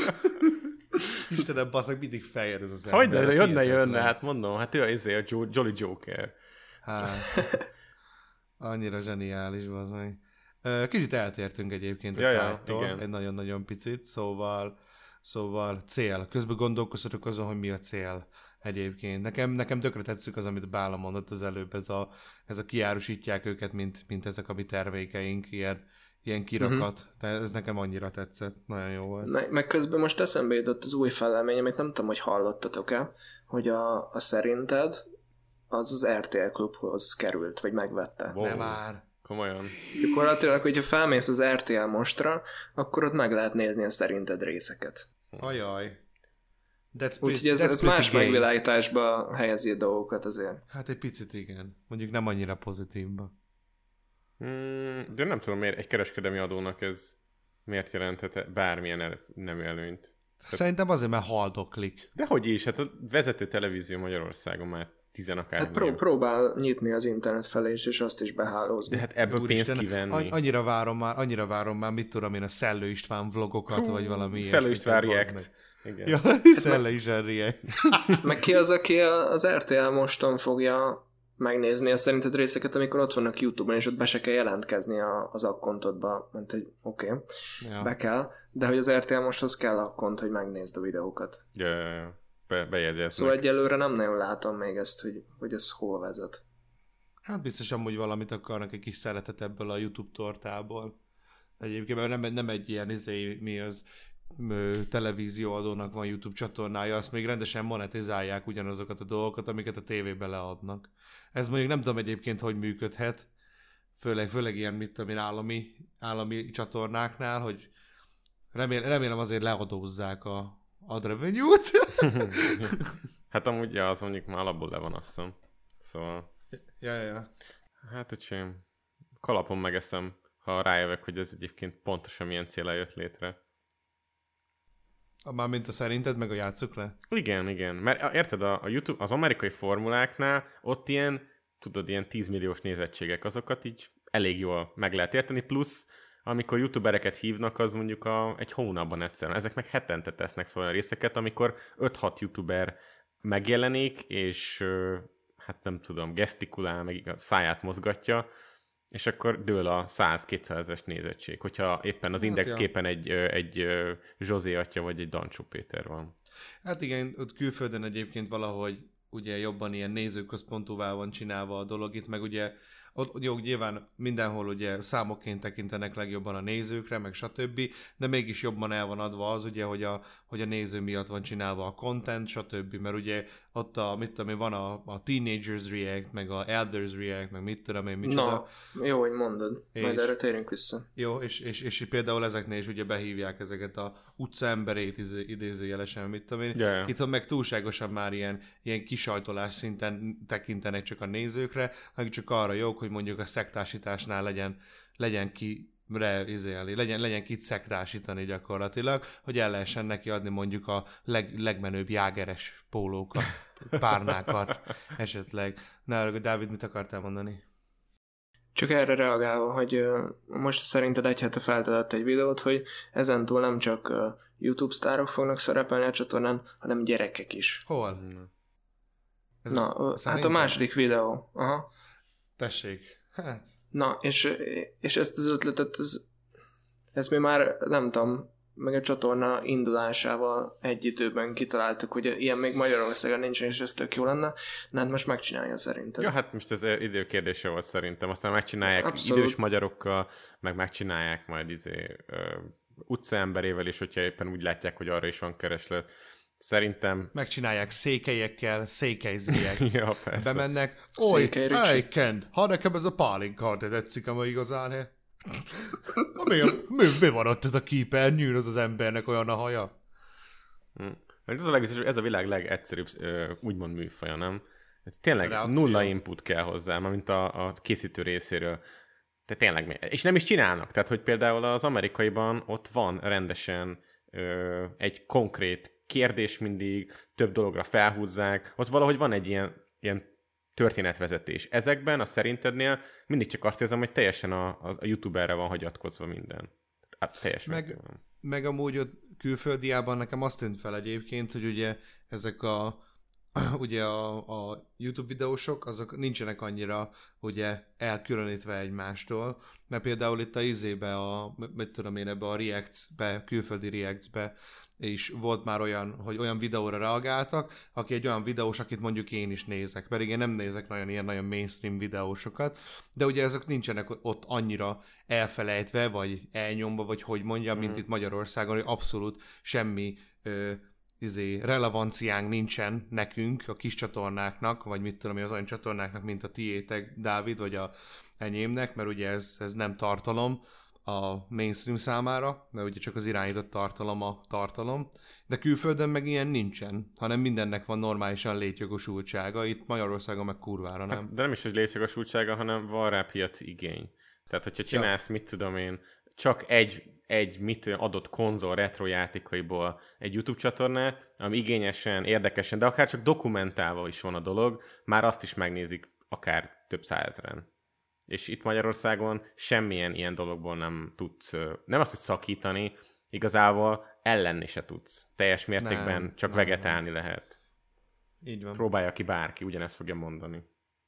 Speaker 1: Istenem, bazd meg, mindig feljön ez az ember.
Speaker 2: Hogyne jönne, hát mondom, hát ő a Jolly Joker.
Speaker 1: Hát, annyira zseniális, bazd meg. Kicsit eltértünk egyébként a tájtól, egy nagyon-nagyon picit, szóval cél. Közben gondolkoztatok azon, hogy mi a cél egyébként. Nekem tökre tetszik az, amit Bála mondott az előbb, ez a kiárusítják őket, mint ezek a mi termékeink, ilyen kirakat. De ez nekem annyira tetszett, nagyon jó volt.
Speaker 3: Meg közben most eszembe jutott az új fejlemény, amit nem tudom, hogy hallottatok-e, hogy a szerinted az RTL Klubhoz került, vagy megvette.
Speaker 2: Wow.
Speaker 1: Nem már.
Speaker 2: Komolyan.
Speaker 3: Gyakorlatilag, hogyha felmész az RTL Mostra, akkor ott meg lehet nézni a szerinted részeket.
Speaker 1: Ajaj.
Speaker 3: Úgyhogy ez más megvilágításba helyezi a dolgokat azért.
Speaker 1: Hát egy picit igen. Mondjuk nem annyira pozitívba.
Speaker 2: De nem tudom, miért egy kereskedelmi adónak ez miért jelenthet bármilyen nem előnyt.
Speaker 1: Szerintem azért, mert haldoklik.
Speaker 2: Dehogy is, hát a vezető televízió Magyarországon már 10 akár.
Speaker 3: Hát próbál nyitni az internet felé is, és azt is behálózni.
Speaker 2: De hát ebből pénzt kivenni.
Speaker 1: Annyira várom már, mit tudom én, a Szellő István vlogokat, vagy valami ilyesmi.
Speaker 2: Szellő István React. Igen.
Speaker 1: Ja, Szellő István React.
Speaker 3: Meg ki az, aki az RTL Moston fogja megnézni a szerinted részeket, amikor ott vannak YouTube-on, és ott be se kell jelentkezni az akkontodba, mert hogy oké, be kell, de hogy az RTL Mosthoz kell akkont, hogy megnézd a videókat.
Speaker 2: Ja. Bejegyeznek.
Speaker 3: Szóval egyelőre nem nagyon látom még ezt, hogy ez hova vezet.
Speaker 1: Hát biztos amúgy valamit akarnak, egy kis szeretet ebből a YouTube tortából. Egyébként mert nem egy ilyen televízióadónak van YouTube csatornája, azt még rendesen monetizálják ugyanazokat a dolgokat, amiket a tévébe leadnak. Ez mondjuk nem tudom egyébként, hogy működhet, főleg ilyen, mit tudom én, állami csatornáknál, hogy remélem azért leadózzák ad revenue-t.
Speaker 2: Hát amúgy, ja, az mondjuk már alapból le van, azt hiszem. Szóval...
Speaker 1: Ja.
Speaker 2: Hát, öcsém, kalapon megeszem, ha rájövök, hogy ez egyébként pontosan milyen célra jött létre.
Speaker 1: Mármint a szerinted, meg a játsszuk le?
Speaker 2: Igen. Mert érted, a YouTube, az amerikai formuláknál ott ilyen, tudod, ilyen 10 milliós nézettségek, azokat így elég jól meg lehet érteni, plusz amikor youtubereket hívnak, az mondjuk egy hónapban egyszerűen. Ezek meg hetente tesznek fel olyan részeket, amikor 5-6 youtuber megjelenik, és hát nem tudom, gesztikulál, meg a száját mozgatja, és akkor dől a 100-200 ezres nézettség, hogyha éppen az Index képen egy Zsozé atya vagy egy Dancsó Péter van.
Speaker 1: Hát igen, ott külföldön egyébként valahogy ugye jobban ilyen nézőközpontúvá van csinálva a dolog itt, meg ugye ott jó, nyilván mindenhol ugye számokként tekintenek legjobban a nézőkre, meg stb., de mégis jobban el van adva az, ugye, hogy a néző miatt van csinálva a content, stb., mert ugye ott van a Teenagers React, meg a Elders React, meg mit tudom én, micsoda.
Speaker 3: Na, jó, hogy mondod, majd erre térünk vissza.
Speaker 1: Jó, és például ezeknél is ugye behívják ezeket a utcaemberét idézőjelesen, mit tudom én. Yeah. Itt meg túlságosan már ilyen kisajtolás szinten tekintenek csak a nézőkre, hanem csak arra jók, hogy mondjuk a szektásításnál legyen legyen kit szektásítani gyakorlatilag, hogy el lehessen neki adni mondjuk a legmenőbb jágeres pólókat, párnákat esetleg. Na, Dávid, mit akartál mondani?
Speaker 3: Csak erre reagálva, hogy most szerinted egy hete feltedett egy videót, hogy ezentúl nem csak YouTube sztárok fognak szerepelni a csatornán, hanem gyerekek is.
Speaker 1: Hol?
Speaker 3: Hát a második videó. Aha.
Speaker 1: Tessék. Hát.
Speaker 3: Na, és ezt az ötletet, ezt mi már nem tudom, meg a csatorna indulásával egy időben kitaláltuk, hogy ilyen még Magyarországon nincsen, és ez tök jó lenne, de hát most megcsinálja szerintem.
Speaker 2: Ja, hát most ez időkérdése volt szerintem, aztán megcsinálják idős magyarokkal, meg megcsinálják majd utcaemberével is, hogyha éppen úgy látják, hogy arra is van kereslet. Szerintem...
Speaker 1: Megcsinálják székelyekkel, székelyzriek.
Speaker 2: Ja, persze.
Speaker 1: Bemennek, hey Kent, ha nekem ez a pálinka, de tetszik ama igazán, mi van ott ez a képernyőn, az embernek olyan a haja?
Speaker 2: Ez a világ legegyszerűbb úgymond műfaja, nem? Ez tényleg nulla input kell hozzá, mint a készítő részéről. Tehát tényleg, és nem is csinálnak. Tehát, hogy például az amerikaiban ott van rendesen egy konkrét kérdés mindig, több dologra felhúzzák, ott valahogy van egy ilyen történetvezetés. Ezekben, a szerinkednél mindig csak azt érzem, hogy teljesen a youtuberre van hagyatkozva minden. Teljesen.
Speaker 1: Meg amúgy ott külföldiában nekem azt tűnt fel egyébként, hogy ugye ezek ugye a YouTube videósok, azok nincsenek annyira ugye elkülönítve egymástól, mert például itt a ebbe a Reacts-be, külföldi Reacts-be és volt már olyan, hogy olyan videóra reagáltak, aki egy olyan videós, akit mondjuk én is nézek, pedig én nem nézek nagyon mainstream videósokat, de ugye ezek nincsenek ott annyira elfelejtve, vagy elnyomva, vagy hogy mondjam, mint itt Magyarországon, hogy abszolút semmi relevanciánk nincsen nekünk, a kis csatornáknak, vagy mit tudom, az olyan csatornáknak, mint a tiétek, Dávid, vagy a enyémnek, mert ugye ez nem tartalom a mainstream számára, mert ugye csak az irányított tartalom a tartalom, de külföldön meg ilyen nincsen, hanem mindennek van normálisan létjogosultsága, itt Magyarországon meg kurvára nem.
Speaker 2: Hát, de nem is, hogy létjogosultsága, hanem van rá piaci igény. Tehát, hogyha csinálsz, mit tudom én, csak egy adott konzol retro játékaiból egy YouTube csatornát, ami igényesen, érdekesen, de akár csak dokumentálva is van a dolog, már azt is megnézik akár több százezren. És itt Magyarországon semmilyen ilyen dologból nem tudsz, nem azt, hogy szakítani, igazából ellenni se tudsz. Teljes mértékben csak vegetálni lehet.
Speaker 1: Így van.
Speaker 2: Próbálja ki bárki, ugyanezt fogja mondani.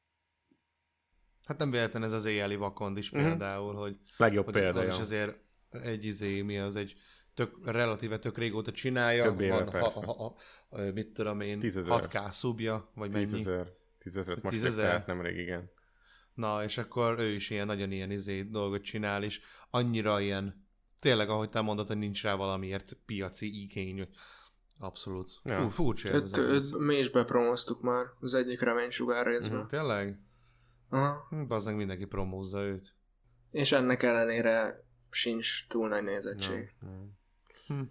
Speaker 1: Hát nem véletlen ez az éjjeli vakond is például, hogy...
Speaker 2: Legjobb példája.
Speaker 1: Az is azért egy relatíve tök régóta csinálja.
Speaker 2: Több éve, persze.
Speaker 1: Mit tudom én, 6K szubja, vagy mennyi?
Speaker 2: 10 000 most tehát nemrég, igen.
Speaker 1: Na, és akkor ő is nagyon ilyen dolgot csinál, és annyira ilyen, tényleg, ahogy te mondod, hogy nincs rá valamiért piaci igény. Abszolút. Ja. Furcsa ez.
Speaker 3: Mi is bepromoztuk már az egyik reménysugár részben.
Speaker 1: Tényleg?
Speaker 3: Aha.
Speaker 1: Bazdmeg mindenki promózza őt.
Speaker 3: És ennek ellenére sincs túl nagy nézettség.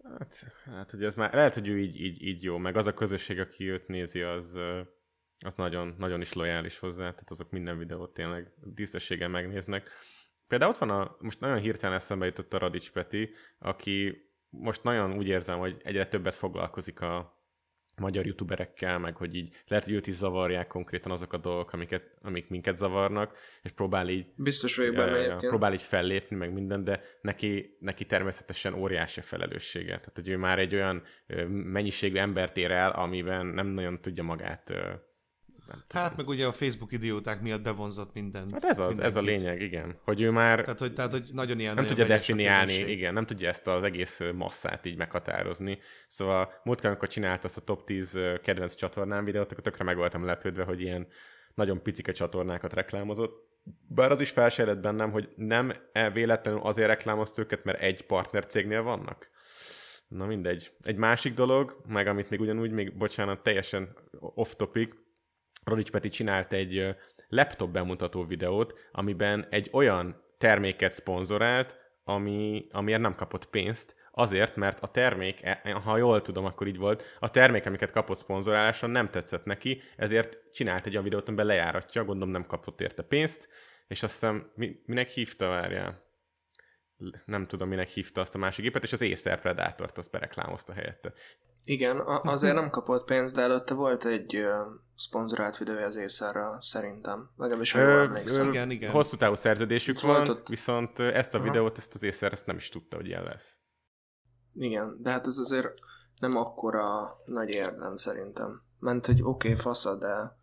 Speaker 2: Hát, hogy ez már, lehet, hogy ő így jó, meg az a közösség, aki őt nézi, az nagyon, nagyon is lojális hozzá, tehát azok minden videót tényleg tisztességgel megnéznek. Például ott van most nagyon hirtelen eszembe jutott a Radics Peti, aki most nagyon úgy érzem, hogy egyre többet foglalkozik a magyar youtuberekkel, meg hogy így lehet, hogy őt is zavarják konkrétan azok a dolgok, amik minket zavarnak, és próbál így
Speaker 3: biztos vagyok benne egyébként.
Speaker 2: Próbál így fellépni, meg minden, de neki természetesen óriási a felelőssége. Tehát, hogy ő már egy olyan mennyiségű embert ér el, amiben nem nagyon tudja magát.
Speaker 1: Hát meg ugye a Facebook idióták miatt bevonzott minden.
Speaker 2: Hát ez a lényeg, igen. Hogy ő már
Speaker 1: tehát, hogy nagyon ilyen
Speaker 2: nem
Speaker 1: nagyon
Speaker 2: tudja
Speaker 1: vegyes a
Speaker 2: definiálni,
Speaker 1: közösség.
Speaker 2: igen, nem tudja ezt az egész masszát így meghatározni. Szóval múltkor, amikor csénált azt a top 10 kedvenc csatornám videót, akkor tökre meg voltam lepődve, hogy ilyen nagyon picike csatornákat reklámozott. Bár az is felsejlett bennem, hogy nem véletlenül azért reklámozt őket, mert egy partnercégnél vannak. Na mindegy. Egy másik dolog, meg amit még ugyanúgy, még bocsánat, teljesen off-topic, Radics Peti csinált egy laptop bemutató videót, amiben egy olyan terméket szponzorált, amiért nem kapott pénzt, azért, mert a termék, ha jól tudom, akkor így volt, a termék, amiket kapott szponzoráláson nem tetszett neki, ezért csinált egy olyan videót, amiben lejáratja, gondolom nem kapott érte pénzt, és aztán minek hívta, várjál? Nem tudom, minek hívta azt a másik gépet, és az Acer Predátort azt bereklámozta helyette.
Speaker 3: Igen, azért nem kapott pénzt, de előtte volt egy szponzorált videója az Acerrel, szerintem. Legalábbis jól emlékszem.
Speaker 1: Igen.
Speaker 2: Hosszú távú szerződésük
Speaker 3: Volt
Speaker 2: van,
Speaker 3: ott...
Speaker 2: viszont ezt a videót, ezt az Acer ezt nem is tudta, hogy ilyen lesz.
Speaker 3: Igen, de hát ez azért nem akkora nagy érdem szerintem. Ment, hogy oké, fasza,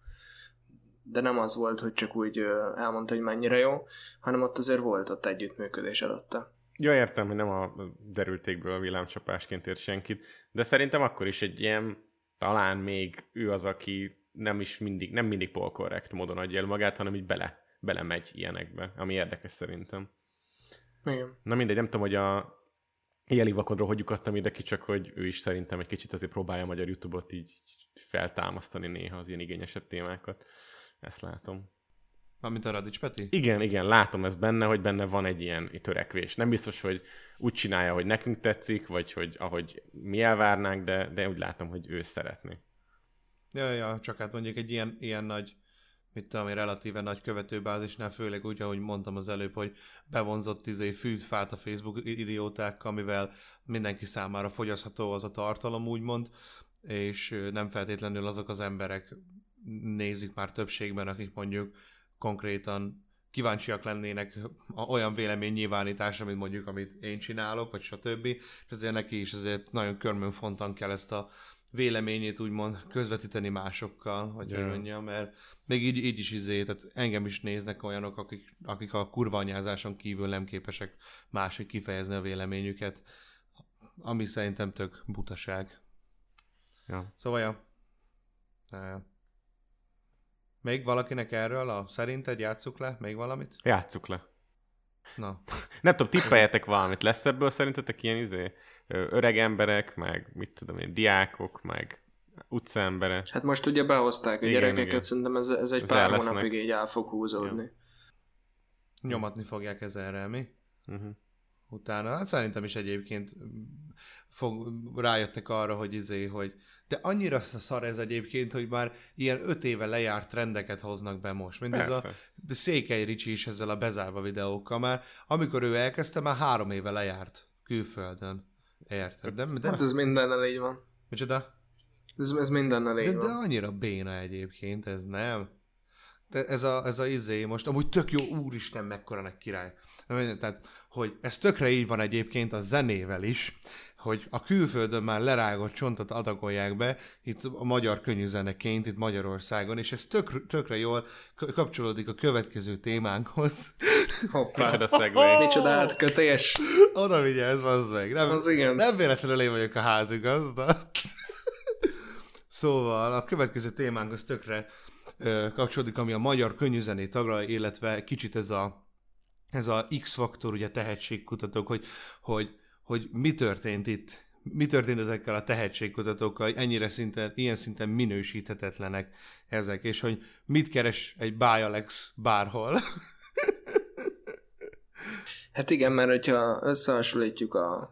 Speaker 3: de nem az volt, hogy csak úgy elmondta, hogy mennyire jó, hanem ott azért volt ott együttműködés előtte.
Speaker 2: Ja, értem, hogy nem a derültékből a villámcsapásként ért senkit, de szerintem akkor is egy ilyen, talán még ő az, aki nem mindig polkorrekt módon adja el magát, hanem így belemegy ilyenekbe, ami érdekes szerintem.
Speaker 3: Igen.
Speaker 2: Na mindegy, nem tudom, hogy a éjjeli vakodról hogy lyukadtam ide ki, csak hogy ő is szerintem egy kicsit azért próbálja a magyar YouTube-ot így feltámasztani néha az ilyen igényesebb témákat. Ezt látom.
Speaker 1: Mármint a Radics Peti?
Speaker 2: Igen, látom ezt benne, hogy benne van egy ilyen törekvés. Nem biztos, hogy úgy csinálja, hogy nekünk tetszik, vagy hogy ahogy mi elvárnánk, de úgy látom, hogy ő szeretné.
Speaker 1: Ja, csak hát mondjuk egy ilyen nagy, mit tudom én, relatíve nagy követőbázisnál, főleg úgy, ahogy mondtam az előbb, hogy bevonzott fűtfát a Facebook idiótákkal, amivel mindenki számára fogyasztható az a tartalom, úgymond, és nem feltétlenül azok az emberek nézik már többségben, akik mondjuk konkrétan kíváncsiak lennének olyan véleménynyilvánításra, mint mondjuk, amit én csinálok, vagy stb. És azért neki is azért nagyon körmönfontan kell ezt a véleményét úgymond közvetíteni másokkal, vagy hogy mondjam, mert még így is tehát engem is néznek olyanok, akik a kurva anyázáson kívül nem képesek máshogy kifejezni a véleményüket, ami szerintem tök butaság.
Speaker 2: Ja.
Speaker 1: Szóval, ja. Még valakinek erről szerinted játsszuk le? Még valamit?
Speaker 2: Játsszuk le.
Speaker 1: Na.
Speaker 2: Nem tudom, tippeljetek valamit. Lesz ebből szerintetek ilyen öreg emberek, meg mit tudom én, diákok, meg utcaemberek?
Speaker 3: Hát most ugye behozták a gyerekeket, igen. Szerintem ez egy pár hónapig így el fog húzódni.
Speaker 1: Ja. Nyomatni fogják ezerrel, mi?
Speaker 2: Uh-huh.
Speaker 1: Utána, hát szerintem is egyébként rájöttek arra, hogy de annyira szar ez egyébként, hogy már ilyen 5 éve lejárt trendeket hoznak be most. Mint ez a Székely Ricsi is ezzel a bezárva videókkal. Már amikor ő elkezdte, már 3 éve lejárt külföldön. Érted? De...
Speaker 3: Hát ez mindennel így van.
Speaker 1: Micsoda?
Speaker 3: Ez mindennel így van.
Speaker 1: De annyira béna egyébként, ez nem. De ez a most amúgy tök jó, úristen, mekkora nagy király. Tehát, hogy ez tökre így van egyébként a zenével is, hogy a külföldön már lerágott csontot adagolják be, itt a magyar könnyűzeneként, itt Magyarországon, és ez tökre jól kapcsolódik a következő témánkhoz.
Speaker 3: Hoppá.
Speaker 2: Micsoda szegvény.
Speaker 3: Micsoda átkötés.
Speaker 1: Oda vigyázz, bazd meg. Nem véletlenül én vagyok a házigazda. Szóval a következő témánkhoz tökre kapcsolódik, ami a magyar könnyűzenét tagra, illetve kicsit ez a X-faktor, ugye tehetségkutatók, hogy mi történt itt, mi történt ezekkel a tehetségkutatókkal, ilyen szinten minősíthetetlenek ezek, és hogy mit keres egy Bialex bárhol.
Speaker 3: Hát igen, mert hogyha összehasonlítjuk a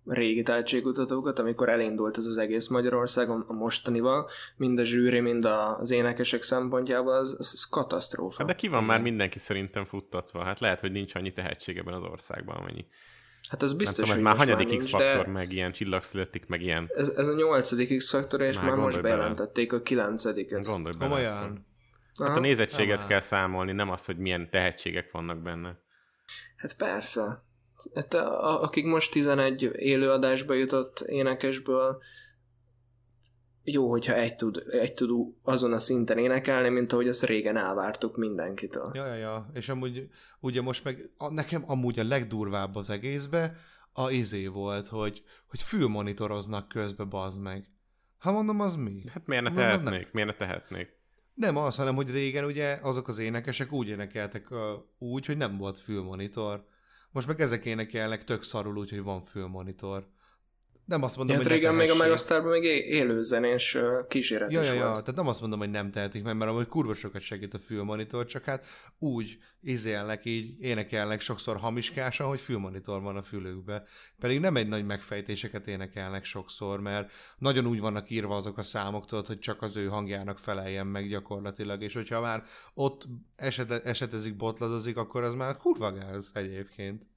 Speaker 3: régi tehetségkutatókat, amikor elindult ez az egész Magyarországon a mostanival, mind a zsűri, mind az énekesek szempontjából, az katasztrófa.
Speaker 2: Hát de ki van már mindenki szerintem futtatva? Hát lehet, hogy nincs annyi tehetség ebben az országban, amennyi.
Speaker 3: Hát az biztos,
Speaker 2: nem tudom, ez már hanyadik X-faktor, meg ilyen csillag születik, meg ilyen.
Speaker 3: Ez a 8. X-faktor, és már most bejelentették a 9-et.
Speaker 2: Gondolj bele.
Speaker 1: Komolyan.
Speaker 2: Hát a nézettséget kell számolni, nem az, hogy milyen tehetségek vannak benne.
Speaker 3: Hát persze. Hát akik most 11 élőadásba jutott énekesből, jó, hogyha egy tud azon a szinten énekelni, mint ahogy azt régen elvártuk mindenkitől.
Speaker 1: Ja. És amúgy ugye most meg nekem amúgy a legdurvább az egészbe a izé volt, hogy fülmonitoroznak közbe, bazd meg. Ha mondom, az mi?
Speaker 2: Hát miért ne tehetnék?
Speaker 1: Nem az, hanem hogy régen ugye azok az énekesek úgy énekeltek úgy, hogy nem volt fülmonitor. Most meg ezek énekelnek tök szarul úgy, hogy van fülmonitor. Nem azt mondom, hogy
Speaker 3: régen még a Megasztárban még élőzenés kíséret is volt.
Speaker 1: Tehát nem azt mondom, hogy nem tehetik meg, mert amúgy kurva sokat segít a fülmonitor, csak hát úgy izélnek, így énekelnek sokszor hamiskásan, hogy fülmonitor van a fülükbe. Pedig nem egy nagy megfejtéseket énekelnek sokszor, mert nagyon úgy vannak írva azok a számok, tudod, hogy csak az ő hangjának feleljen meg gyakorlatilag, és hogyha már ott esetezik, botladozik, akkor az már kurva gáz egyébként.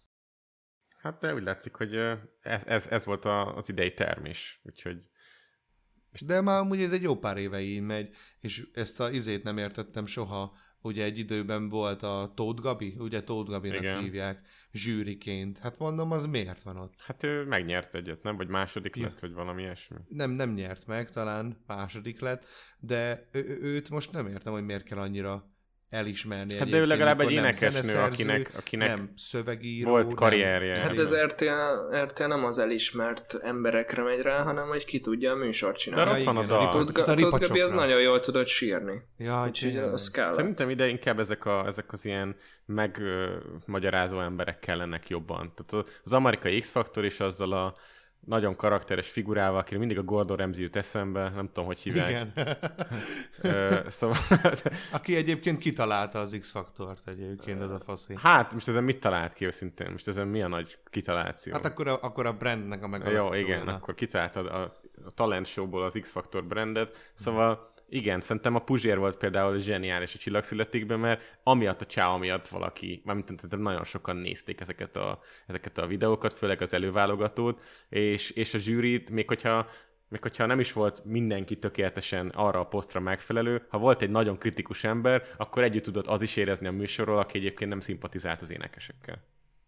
Speaker 2: Hát de úgy látszik, hogy ez volt az idei term is, úgyhogy...
Speaker 1: De már amúgy ez egy jó pár éve így megy, és ezt a izét nem értettem soha. Ugye egy időben volt a Tóth Gabi, ugye Tóth Gabinak hívják zsűriként. Hát mondom, az miért van ott?
Speaker 2: Hát ő megnyert egyet, nem? Vagy második lett, vagy valami ilyesmi.
Speaker 1: Nem nyert meg, talán második lett, de őt most nem értem, hogy miért kell annyira elismerni.
Speaker 2: Hát de ő legalább egy énekesnő, akinek
Speaker 1: nem szövegíró,
Speaker 2: volt karrierje.
Speaker 3: Hát az RTL nem az elismert emberekre megy rá, hanem hogy ki tudja a műsort csinálni.
Speaker 2: De ott van a dal.
Speaker 3: Tóth Gabi az nagyon jól tudott sírni.
Speaker 1: Ja,
Speaker 3: úgyhogy az kell.
Speaker 2: Szerintem ide inkább ezek az ilyen megmagyarázó emberek kellenek jobban. Tehát az amerikai X-faktor is azzal a nagyon karakteres figurával, aki mindig a Gordon Ramsay jut eszembe, nem tudom, hogy hívják.
Speaker 1: Igen.
Speaker 2: Szóval...
Speaker 1: Aki egyébként kitalálta az X-faktort egyébként, ez a faszi.
Speaker 2: Hát, most ezen mit talált ki őszintén? Most ezen mi a nagy kitaláció?
Speaker 1: Hát akkor a brandnek a
Speaker 2: Jó, igen, akkor kitaláltad a talent showból az X-faktor brandet, szóval igen, szerintem a Puzsér volt például zseniális a Csillagszületikben, mert amiatt a csáva miatt valaki, mármint nagyon sokan nézték ezeket a videókat, főleg az előválogatót, és a zsűrit, még hogyha nem is volt mindenki tökéletesen arra a posztra megfelelő, ha volt egy nagyon kritikus ember, akkor együtt tudott az is érezni a műsorról, aki egyébként nem szimpatizált az énekesekkel.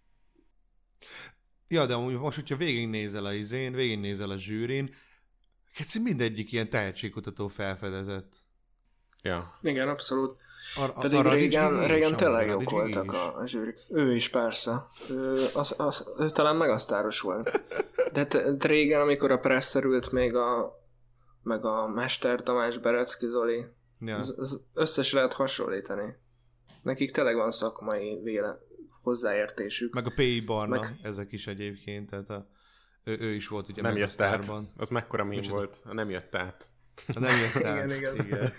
Speaker 1: Ja, de most, hogyha végignézel a zsűrin, mindegyik ilyen tehetségkutató felfedezett.
Speaker 2: Ja.
Speaker 3: Igen, abszolút. Pedig régen tényleg jók voltak a zsűrik. Ő is, persze. Ő talán megasztáros volt. De régen, amikor a Presser ült meg a Mester Tamás, Berecki Zoli, az összes lehet hasonlítani. Nekik tényleg van szakmai hozzáértésük.
Speaker 1: Meg a P.I. Barna, ezek is egyébként, tehát ő is volt ugye
Speaker 2: nem jött át. Az mekkora mém volt? Nem jött át.
Speaker 1: Nem jött át.
Speaker 3: Igen.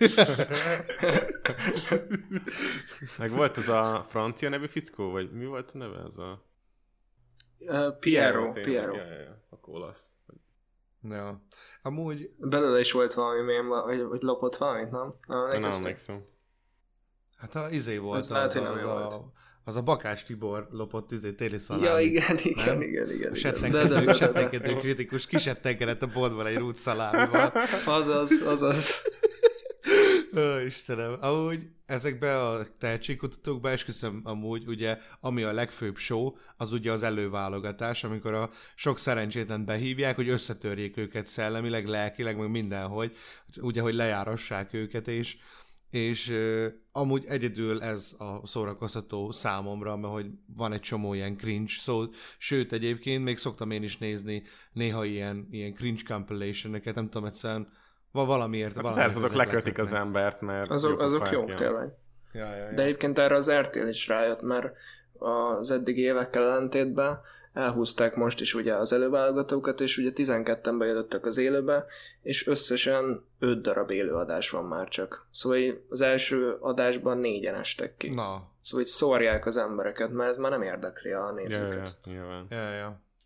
Speaker 2: Meg volt az a francia nevű fickó, vagy mi volt a neve? Az a...
Speaker 3: Piero.
Speaker 2: Ja, akkor olasz.
Speaker 1: Ja. Amúgy...
Speaker 3: Belőle is volt valami mém, hogy lopott valamit, nem?
Speaker 2: Nem emlékszem.
Speaker 1: Hát a izé volt az a Bakács Tibor lopott téli szalámit.
Speaker 3: Ja, igen.
Speaker 1: Settenkedő kritikus kisettenkedett a boltban egy rút szalámival.
Speaker 3: Azaz.
Speaker 1: Ó, Istenem. Amúgy ezekben a tehetségkutatókban esküszöm amúgy, ugye, ami a legfőbb show, az ugye az előválogatás, amikor a sok szerencsétlen behívják, hogy összetörjék őket szellemileg, lelkileg, meg mindenhogy, ugye, hogy lejárassák őket, és amúgy egyedül ez a szórakoztató számomra, mert hogy van egy csomó ilyen cringe szó, sőt egyébként még szoktam én is nézni néha ilyen cringe compilation-eket, nem tudom, egyszerűen valamiért.
Speaker 2: Hát persze, azok lekötik az embert, mert
Speaker 3: azok jók tényleg.
Speaker 1: Ja.
Speaker 3: De egyébként erre az RTL is rájött, mert az eddigi évekkel ellentétben elhúzták most is ugye az előválogatókat, és ugye 12-en bejöttek az élőbe, és összesen 5 darab élőadás van már csak. Szóval az első adásban 4-en estek ki. Szóval így szórják az embereket, mert ez már nem érdekli a nézőket.
Speaker 2: Ja.
Speaker 1: Ja.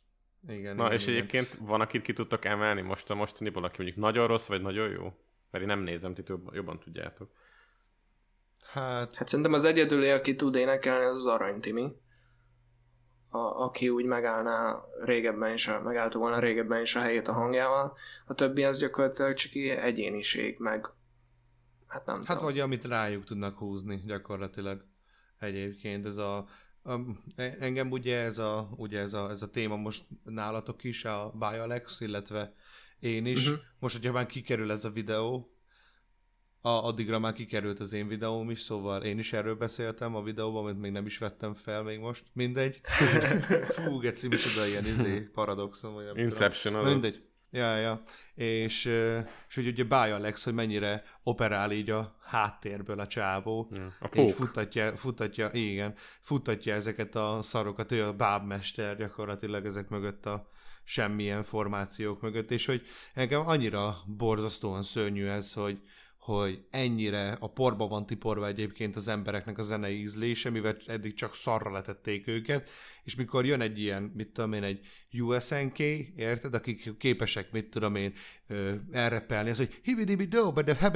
Speaker 1: Igen,
Speaker 2: Na,
Speaker 1: igen,
Speaker 2: és
Speaker 1: igen.
Speaker 2: egyébként van, akit ki tudtok emelni most a mostaniból, aki mondjuk nagyon rossz, vagy nagyon jó? Mert én nem nézem, ti jobban tudjátok.
Speaker 1: Hát
Speaker 3: szerintem az egyedüli, aki tud énekelni, az Arany Timi. Aki úgy megállta volna régebben is a helyét a hangjával. A többi az gyakorlatilag csak ilyen egyéniség, meg hát nem tudom.
Speaker 1: vagy amit rájuk tudnak húzni gyakorlatilag egyébként. Engem ugye ez a téma most nálatok is, a Bialex, illetve én is. Most, hogyha már kikerül ez a videó, addigra már kikerült az én videóm is, szóval én is erről beszéltem a videóban, amit még nem is vettem fel még most. Mindegy. Fú, geci, micsoda ilyen paradoxon. Vagy
Speaker 2: Inception az.
Speaker 1: Mindegy. Ja. És hogy ugye Bialex, hogy mennyire operál így a háttérből a csávó.
Speaker 2: A
Speaker 1: és futtatja ezeket a szarokat, ő a bábmester gyakorlatilag ezek mögött a semmilyen formációk mögött, és hogy engem annyira borzasztóan szörnyű ez, hogy ennyire a porba van tiporva egyébként az embereknek a zenei ízlése, mivel eddig csak szarra letették őket, és mikor jön egy ilyen, mit tudom én, egy USNK, érted, akik képesek, mit tudom én, elreppelni, az, hogy hibidibido,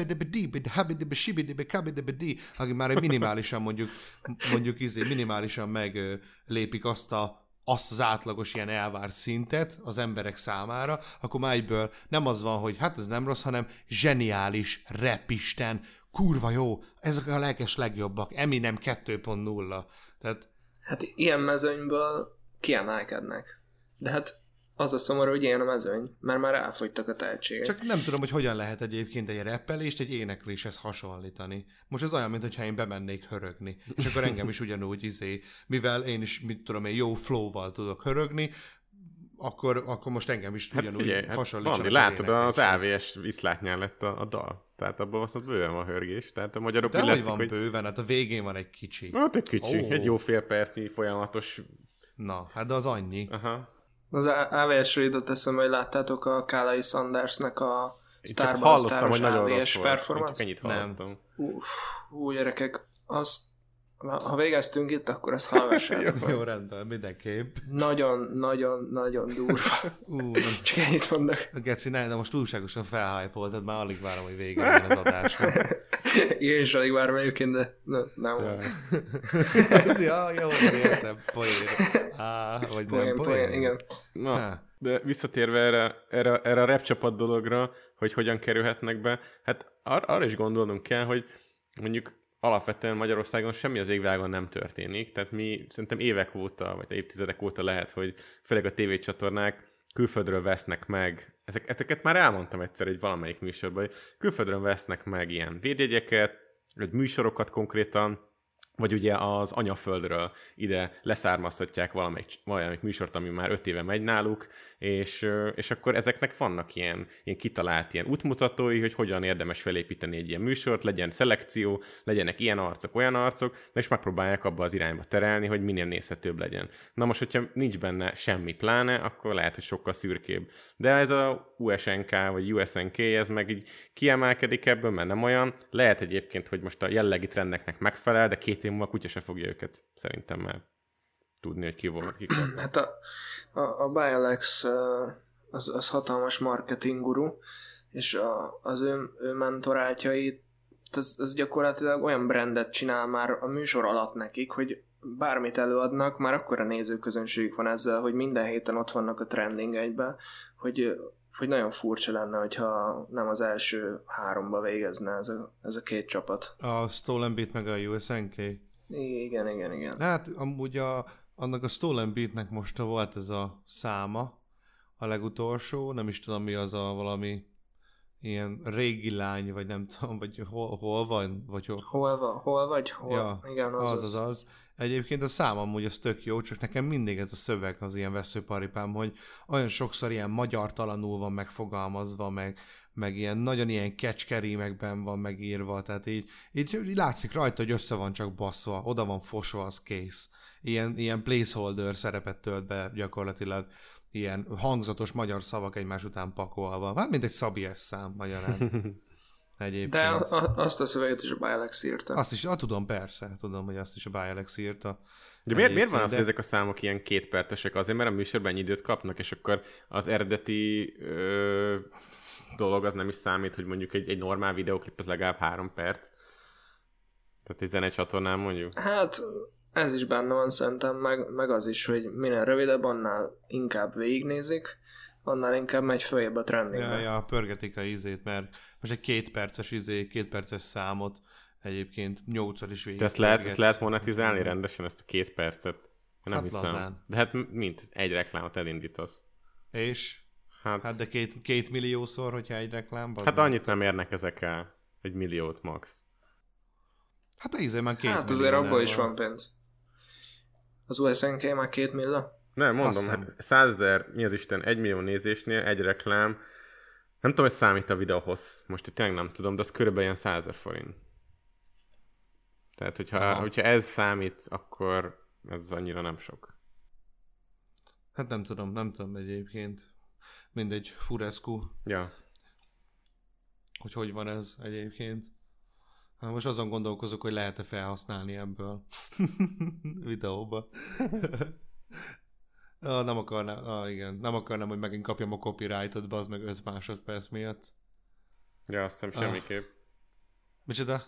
Speaker 1: aki már egy minimálisan mondjuk minimálisan meglépik azt az átlagos ilyen elvárt szintet az emberek számára, akkor már egyből nem az van, hogy hát ez nem rossz, hanem zseniális, rapisten, kurva jó, ezek a legjobbak, Eminem 2.0. Tehát...
Speaker 3: Hát ilyen mezőnyből kiemelkednek. De hát az a szomorú, hogy ilyen a mezőny, mert már elfogytak a tehetségek.
Speaker 1: Csak nem tudom, hogy hogyan lehet egyébként egy rappelést egy énekléshez hasonlítani. Most ez olyan, mintha én bemennék hörögni, és akkor engem is ugyanúgy mivel én is, mit tudom én, jó flow-val tudok hörögni, akkor most engem is ugyanúgy hasonlítsanak.
Speaker 2: Bandi, látod, az AVS viszlátnyán lett a dal. Tehát abban azt bőven van hörgés. Tehát a magyarok
Speaker 1: de hogy van bőven, hát a végén van egy kicsi.
Speaker 2: Hát egy kicsi, egy jó fél percnyi folyamatos.
Speaker 1: Na, hát de az annyi.
Speaker 2: Aha.
Speaker 3: Az AVS-ről jutott eszembe, hogy láttátok a Kálai Sandersnek a
Speaker 2: Starban Staros
Speaker 3: AVS performance?
Speaker 2: Csak ennyit hallottam.
Speaker 3: Hú, gyerekek, azt ha végeztünk itt, akkor ezt hallgassátok.
Speaker 1: Jó, rendben, mindenképp.
Speaker 3: Nagyon durva. Csak ennyit mondok.
Speaker 1: Geci, de most túlságosan felhypoltad, már alig várom, hogy vége legyen az adásnak.
Speaker 3: Én is alig várom egyébként, de nem.
Speaker 1: Jó, értem, poén. Vagy nem poén.
Speaker 3: Igen.
Speaker 2: Na, de visszatérve erre a rap csapat dologra, hogy hogyan kerülhetnek be, hát arra is gondolnunk kell, hogy mondjuk alapvetően Magyarországon semmi az égvilágon nem történik, tehát mi szerintem évek óta, vagy évtizedek óta lehet, hogy főleg a tévécsatornák külföldről vesznek meg, ezeket már elmondtam egyszer egy valamelyik műsorban, hogy külföldről vesznek meg ilyen védjegyeket, vagy műsorokat konkrétan, vagy ugye az anyaföldről ide leszármaztatják valamelyik műsort, ami már 5 éve megy náluk, és akkor ezeknek vannak ilyen kitalált ilyen útmutatói, hogy hogyan érdemes felépíteni egy ilyen műsort, legyen szelekció, legyenek ilyen arcok, olyan arcok, és megpróbálják abba az irányba terelni, hogy minél nézhetőbb legyen. Na most, hogyha nincs benne semmi pláne, akkor lehet, hogy sokkal szürkébb. De ez a USNK vagy USNK, ez meg így kiemelkedik ebből, mert nem olyan. Lehet egyébként, hogy most a jellegi trendeknek megfelel, de 2 év múlva a kutya se fogja őket szerintem már tudni, hogy ki volt.
Speaker 3: Hát a Bialex az hatalmas marketing guru, és az ő mentorátjai, az gyakorlatilag olyan brandet csinál már a műsor alatt nekik, hogy bármit előadnak, már akkora nézőközönségük van ezzel, hogy minden héten ott vannak a trending egyben, hogy nagyon furcsa lenne, hogyha nem az első 3-ba végezne ez a 2 csapat.
Speaker 1: A Stolen Beat meg a USNK?
Speaker 3: Igen.
Speaker 1: Hát amúgy annak a Stolen Beatnek most volt ez a száma, a legutolsó, nem is tudom mi az a valami ilyen régi lány, vagy nem tudom, vagy hol van, vagy
Speaker 3: hol vagy.
Speaker 1: Ja,
Speaker 3: igen,
Speaker 1: az. Egyébként a szám amúgy az tök jó, csak nekem mindig ez a szöveg az ilyen veszőparipám, hogy olyan sokszor ilyen magyartalanul van megfogalmazva, meg ilyen nagyon ilyen kecskerímekben van megírva, tehát így látszik rajta, hogy össze van csak baszva, oda van fosva, az kész. Ilyen placeholder szerepet tölt be gyakorlatilag, ilyen hangzatos magyar szavak egymás után pakolva. Hát mint egy Szabies szám magyarán. Egyébként.
Speaker 3: De azt a szöveget is a Bialex írta.
Speaker 1: Azt is, tudom, persze, tudom, hogy azt is a Bialex írta.
Speaker 2: De miért van az, hogy ezek a számok ilyen 2 percesek? Azért, mert a műsorban ennyi időt kapnak, és akkor az eredeti dolog az nem is számít, hogy mondjuk egy normál videóklip az legalább 3 perc. Tehát egy zenecsatornán mondjuk.
Speaker 3: Hát ez is benne van szerintem, meg az is, hogy minél rövidebb, annál inkább végignézik, annál inkább megy följebb a trendingbe.
Speaker 1: Ja, pörgetik a izét, mert most egy 2 perces 2 perces számot egyébként 8-szor is végig.
Speaker 2: De ezt lehet monetizálni rendesen, ezt a 2 percet? Nem
Speaker 1: hát
Speaker 2: hiszem.
Speaker 1: lazán.
Speaker 2: De hát mint? Egy reklámot elindítasz.
Speaker 1: És? Hát de 2 milliószor, hogyha egy reklám.
Speaker 2: Hát annyit nem érnek ezek el. 1 milliót max.
Speaker 1: Hát a izé már 2
Speaker 3: Hát azért abból is van pénz. Az USNK már 2 millió?
Speaker 2: Nem, mondom, hát 100 000, mi az Isten, 1 millió nézésnél egy reklám. Nem tudom, hogy számít a videóhoz. Most itt tényleg nem tudom, de az körülbelül ilyen 100 000 forint. Tehát, hogyha ez számít, akkor ez annyira nem sok.
Speaker 1: Hát nem tudom egyébként. Mindegy, fureszkú.
Speaker 2: Ja.
Speaker 1: Hogy van ez egyébként. Most azon gondolkozok, hogy lehet-e felhasználni ebből videóba. Nem akarnám, hogy megint kapjam a copyrightot, bazd meg 5 másodperc miatt.
Speaker 2: Ja, azt hiszem semmiképp.
Speaker 1: Micsoda?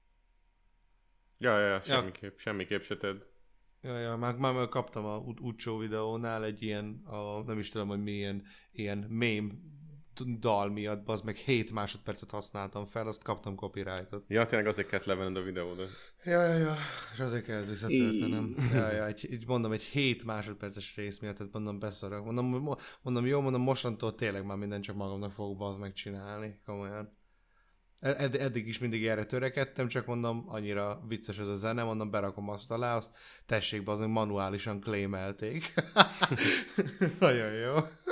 Speaker 2: Ja, semmiképp se tedd.
Speaker 1: Ja, már kaptam a Ucsó videónál egy ilyen, nem is tudom, hogy milyen ilyen meme dal miatt, bazd meg 7 másodpercet használtam fel, azt kaptam copyrightot.
Speaker 2: Ja, tényleg azért kellett levenned a videódat.
Speaker 1: Ja, és azért kellett visszatöltenem. Mondom, egy 7 másodperces rész miatt, tehát mondom, beszarok. Mondom, mostantól tényleg már mindent csak magamnak fogok bazd megcsinálni, komolyan. Eddig is mindig erre törekedtem, csak mondom, annyira vicces ez a zene, mondom, berakom azt alá, azt tessék, bazd meg manuálisan claimelték. Nagyon jó.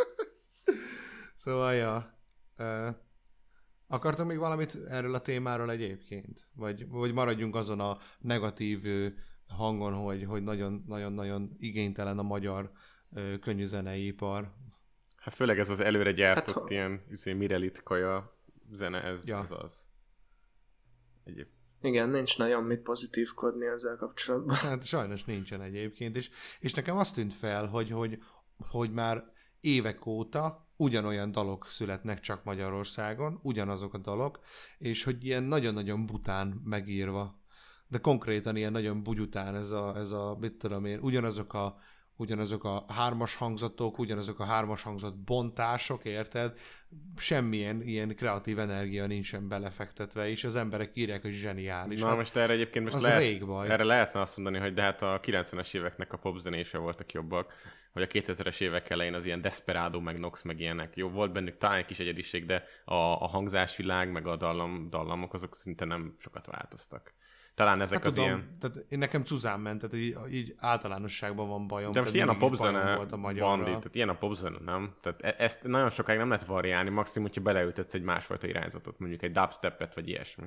Speaker 1: Szóval, ja. Akartok még valamit erről a témáról egyébként? Vagy maradjunk azon a negatív hangon, hogy nagyon-nagyon igénytelen a magyar könnyűzenei ipar?
Speaker 2: Hát főleg ez az előre gyártott ilyen Mirelit kaja zene, ez az. Egyéb.
Speaker 3: Igen, nincs nagyon mit pozitívkodni ezzel kapcsolatban.
Speaker 1: Hát sajnos nincsen egyébként, és nekem azt tűnt fel, hogy már évek óta ugyanolyan dalok születnek csak Magyarországon, ugyanazok a dalok, és hogy ilyen nagyon-nagyon bután megírva, de konkrétan ilyen nagyon bugyután ez a mit tudom én, ugyanazok a hármas hangzatok, ugyanazok a hármas hangzat bontások, érted? Semmilyen ilyen kreatív energia nincsen belefektetve, és az emberek írják, hogy zseniális.
Speaker 2: Na most erre egyébként erre lehetne azt mondani, hogy de hát a 90-es éveknek a popzenése voltak jobbak, vagy a 2000-es évek elején az ilyen Desperado, meg Nox, meg ilyenek. Jó, volt bennük talán egy kis egyediség, de a hangzásvilág, meg a dallamok, azok szinte nem sokat változtak. Talán ezek az tudom, ilyen...
Speaker 1: Tehát én nekem cuzám ment, tehát így általánosságban van bajom.
Speaker 2: De most ilyen a popzene bandit, tehát ilyen a popzene, nem? Tehát ezt nagyon sokáig nem lehet variálni, maximum, hogyha beleültetsz egy másfajta irányzatot, mondjuk egy dubstepet, vagy ilyesmi.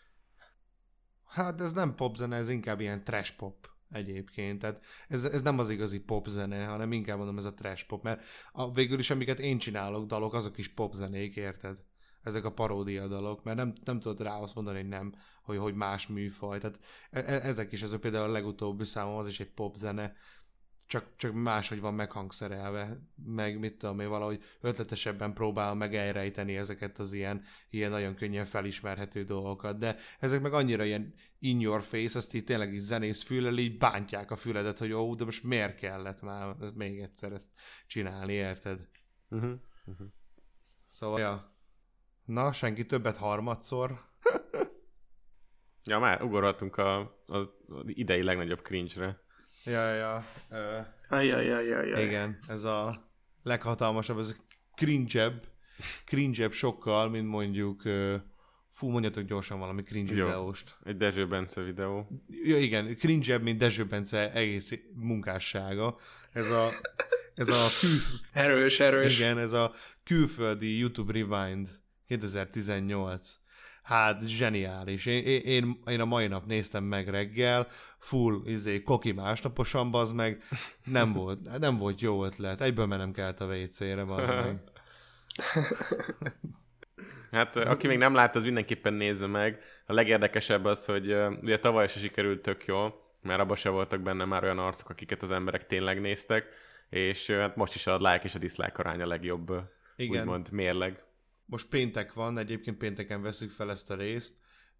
Speaker 1: Hát ez nem popzene, ez inkább ilyen trash pop egyébként. Tehát ez nem az igazi popzene, hanem inkább mondom ez a trash pop, mert végül is amiket én csinálok, dalok, azok is popzenék, érted? Ezek a paródia dalok, mert nem tudod rá azt mondani, hogy nem, hogy más műfaj. Tehát ezek is, ez például a legutóbbi számom, az is egy popzene, csak máshogy van meghangszerelve, meg mit tudom én, valahogy ötletesebben próbálom meg elrejteni ezeket az ilyen nagyon könnyen felismerhető dolgokat, de ezek meg annyira ilyen in your face, azt így tényleg is zenész füllel, így bántják a füledet, hogy ó, de most miért kellett már még egyszer ezt csinálni, érted? Szóval, ja. Na, senki többet harmadszor?
Speaker 2: Ja, már ugorhatunk az idei legnagyobb cringe-re.
Speaker 1: Ja.
Speaker 3: Ajjajajajaj.
Speaker 1: Igen, ez a leghatalmasabb, ez a cringe-ebb sokkal, mint mondjuk, mondjatok gyorsan valami cringe videóst.
Speaker 2: Egy Dezső Bence videó.
Speaker 1: Ja, igen, cringe-ebb, mint Dezső Bence egész munkássága. Ez a
Speaker 3: erős.
Speaker 1: Igen, ez a külföldi YouTube Rewind 2018. Hát zseniális. Én a mai nap néztem meg reggel, full koki másnaposan, bazd meg, nem volt jó ötlet. Egyből mennem kellett a WC-re, bazd meg.
Speaker 2: Hát aki még nem látta, az mindenképpen nézze meg. A legérdekesebb az, hogy ugye tavaly se sikerült tök jól, mert abban se voltak benne már olyan arcok, akiket az emberek tényleg néztek, és hát most is a like és a dislike arány a legjobb, úgymond mérleg.
Speaker 1: Most péntek van, egyébként pénteken veszük fel ezt a részt,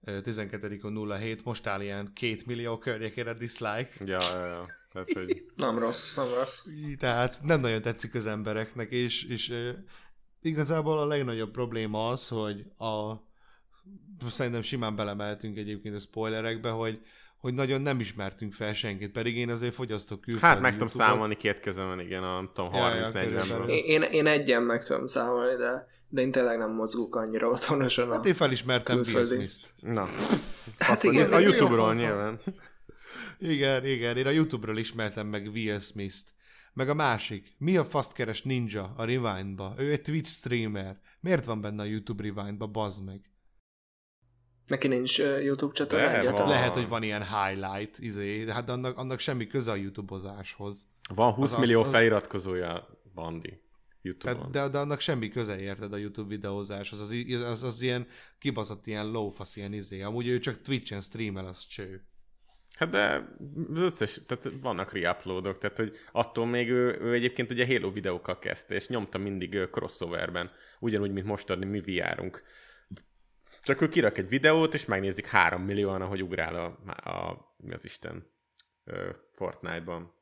Speaker 1: 12.07, most áll ilyen 2 millió környékére dislike.
Speaker 2: Ja. Tehát, hogy...
Speaker 3: Nem rossz.
Speaker 1: Tehát nem nagyon tetszik az embereknek, és igazából a legnagyobb probléma az, hogy szerintem simán belemeltünk egyébként a spoilerekbe, hogy nagyon nem ismertünk fel senkit, pedig én azért fogyasztok külföldi
Speaker 2: Hát meg tudom számolni 2 kezemben, igen, nem tudom, 30-40-ből.
Speaker 3: Én egyen meg tudom számolni, de én tényleg nem mozgok annyira otthonosan.
Speaker 1: Hát én felismertem Will Smith-t.
Speaker 2: Na.
Speaker 3: Hát igen,
Speaker 2: a YouTube-ról nyilván.
Speaker 1: Igen, én a YouTube-ról ismertem meg Will Smith-t. Meg a másik, mi a faszt keres Ninja a Rewindba? Ő egy Twitch streamer. Miért van benne a YouTube Rewindba, bazd meg?
Speaker 3: Neki nincs YouTube csatornája?
Speaker 1: Lehet, hogy van ilyen highlight, de hát annak semmi köze a YouTube-ozáshoz.
Speaker 2: Van 20 millió feliratkozója, Bandi, YouTube-on.
Speaker 1: De annak semmi köze, érted, a YouTube videózáshoz. Az ilyen kibaszott ilyen lófasz, ilyen Amúgy ő csak Twitch-en streamel, az cső.
Speaker 2: Hát de összes, tehát vannak reuploadok, tehát hogy attól még ő egyébként ugye Halo videókkal kezdte, és nyomta mindig crossoverben, ugyanúgy, mint most adni mi VR-unk. Csak ő kirak egy videót, és megnézik 3 millióan, ahogy ugrál mi az Isten Fortnite-ban.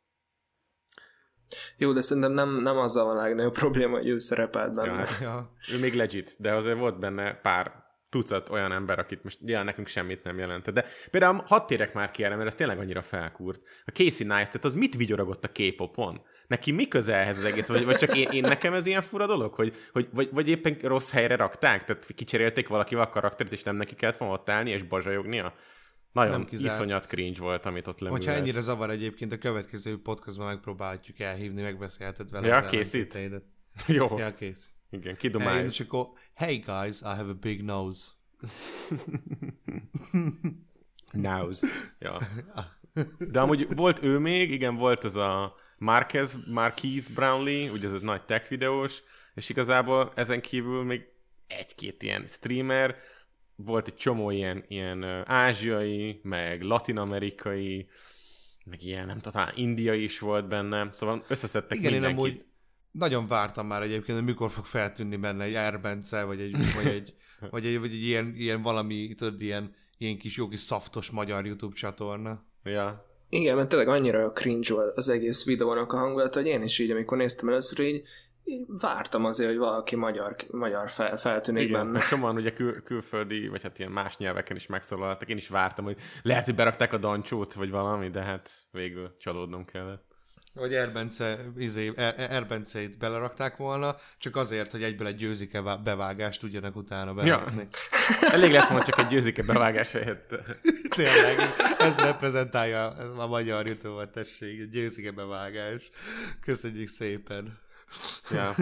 Speaker 3: Jó, de szerintem nem azzal van a legnagyobb probléma, hogy ő szerepelt benne.
Speaker 2: Ja. Ő még legit, de azért volt benne pár tucat olyan ember, akit most nekünk semmit nem jelentett. De például hadd térek már ki erre, mert ez tényleg annyira felkúrt. A Casey Neistat, az mit vigyorogott a K-popon? Neki mi köze ehhez az egész? Vagy csak én nekem ez ilyen fura dolog? Vagy éppen rossz helyre rakták? Tehát kicserélték valakivel a karaktert, és nem neki kellett volna ott állni és bazsajognia? Nagyon iszonyat cringe volt, amit ott leművelt.
Speaker 1: Hogyha ennyire zavar egyébként, a következő podcastban megpróbáljuk elhívni, megbeszélheted vele.
Speaker 2: Ja, készít? Jó.
Speaker 1: Ja, kész.
Speaker 2: Igen, kidomáljuk.
Speaker 1: És akkor, hey guys, I have a big nose.
Speaker 2: Nose. Ja. De amúgy volt ő még, igen, volt az a Marquise Brownlee, ugye ez egy nagy tech videós, és igazából ezen kívül még egy-két ilyen streamer, volt egy csomó ilyen ázsiai, meg latin-amerikai, meg ilyen, nem tudom, indiai is volt benne, szóval összeszedtek
Speaker 1: igen,
Speaker 2: mindenkit.
Speaker 1: Én amúgy nagyon vártam már egyébként, hogy mikor fog feltűnni benne egy Erbence, vagy egy ilyen valami, tudod, ilyen kis jó kis szaftos magyar YouTube csatorna.
Speaker 2: Ja.
Speaker 3: Igen, mert tényleg annyira cringe volt az egész videónak a hangulat, hogy én is így, amikor néztem először, így vártam azért, hogy valaki magyar feltűnik
Speaker 2: igen,
Speaker 3: benne.
Speaker 2: Sokan ugye külföldi, vagy hát ilyen más nyelveken is megszólaltak. Én is vártam, hogy lehet, hogy berakták a Dancsót, vagy valami, de hát végül csalódnom kellett.
Speaker 1: Vagy Erbenceit belerakták volna, csak azért, hogy egyből egy győzike bevágást tudjanak utána berakni.
Speaker 2: Ja. Elég lett volna csak egy győzike bevágás helyett.
Speaker 1: Tényleg, ez reprezentálja a magyar YouTube-ot, tessék, egy győzike bevágás. Köszönjük szépen.
Speaker 2: Ja.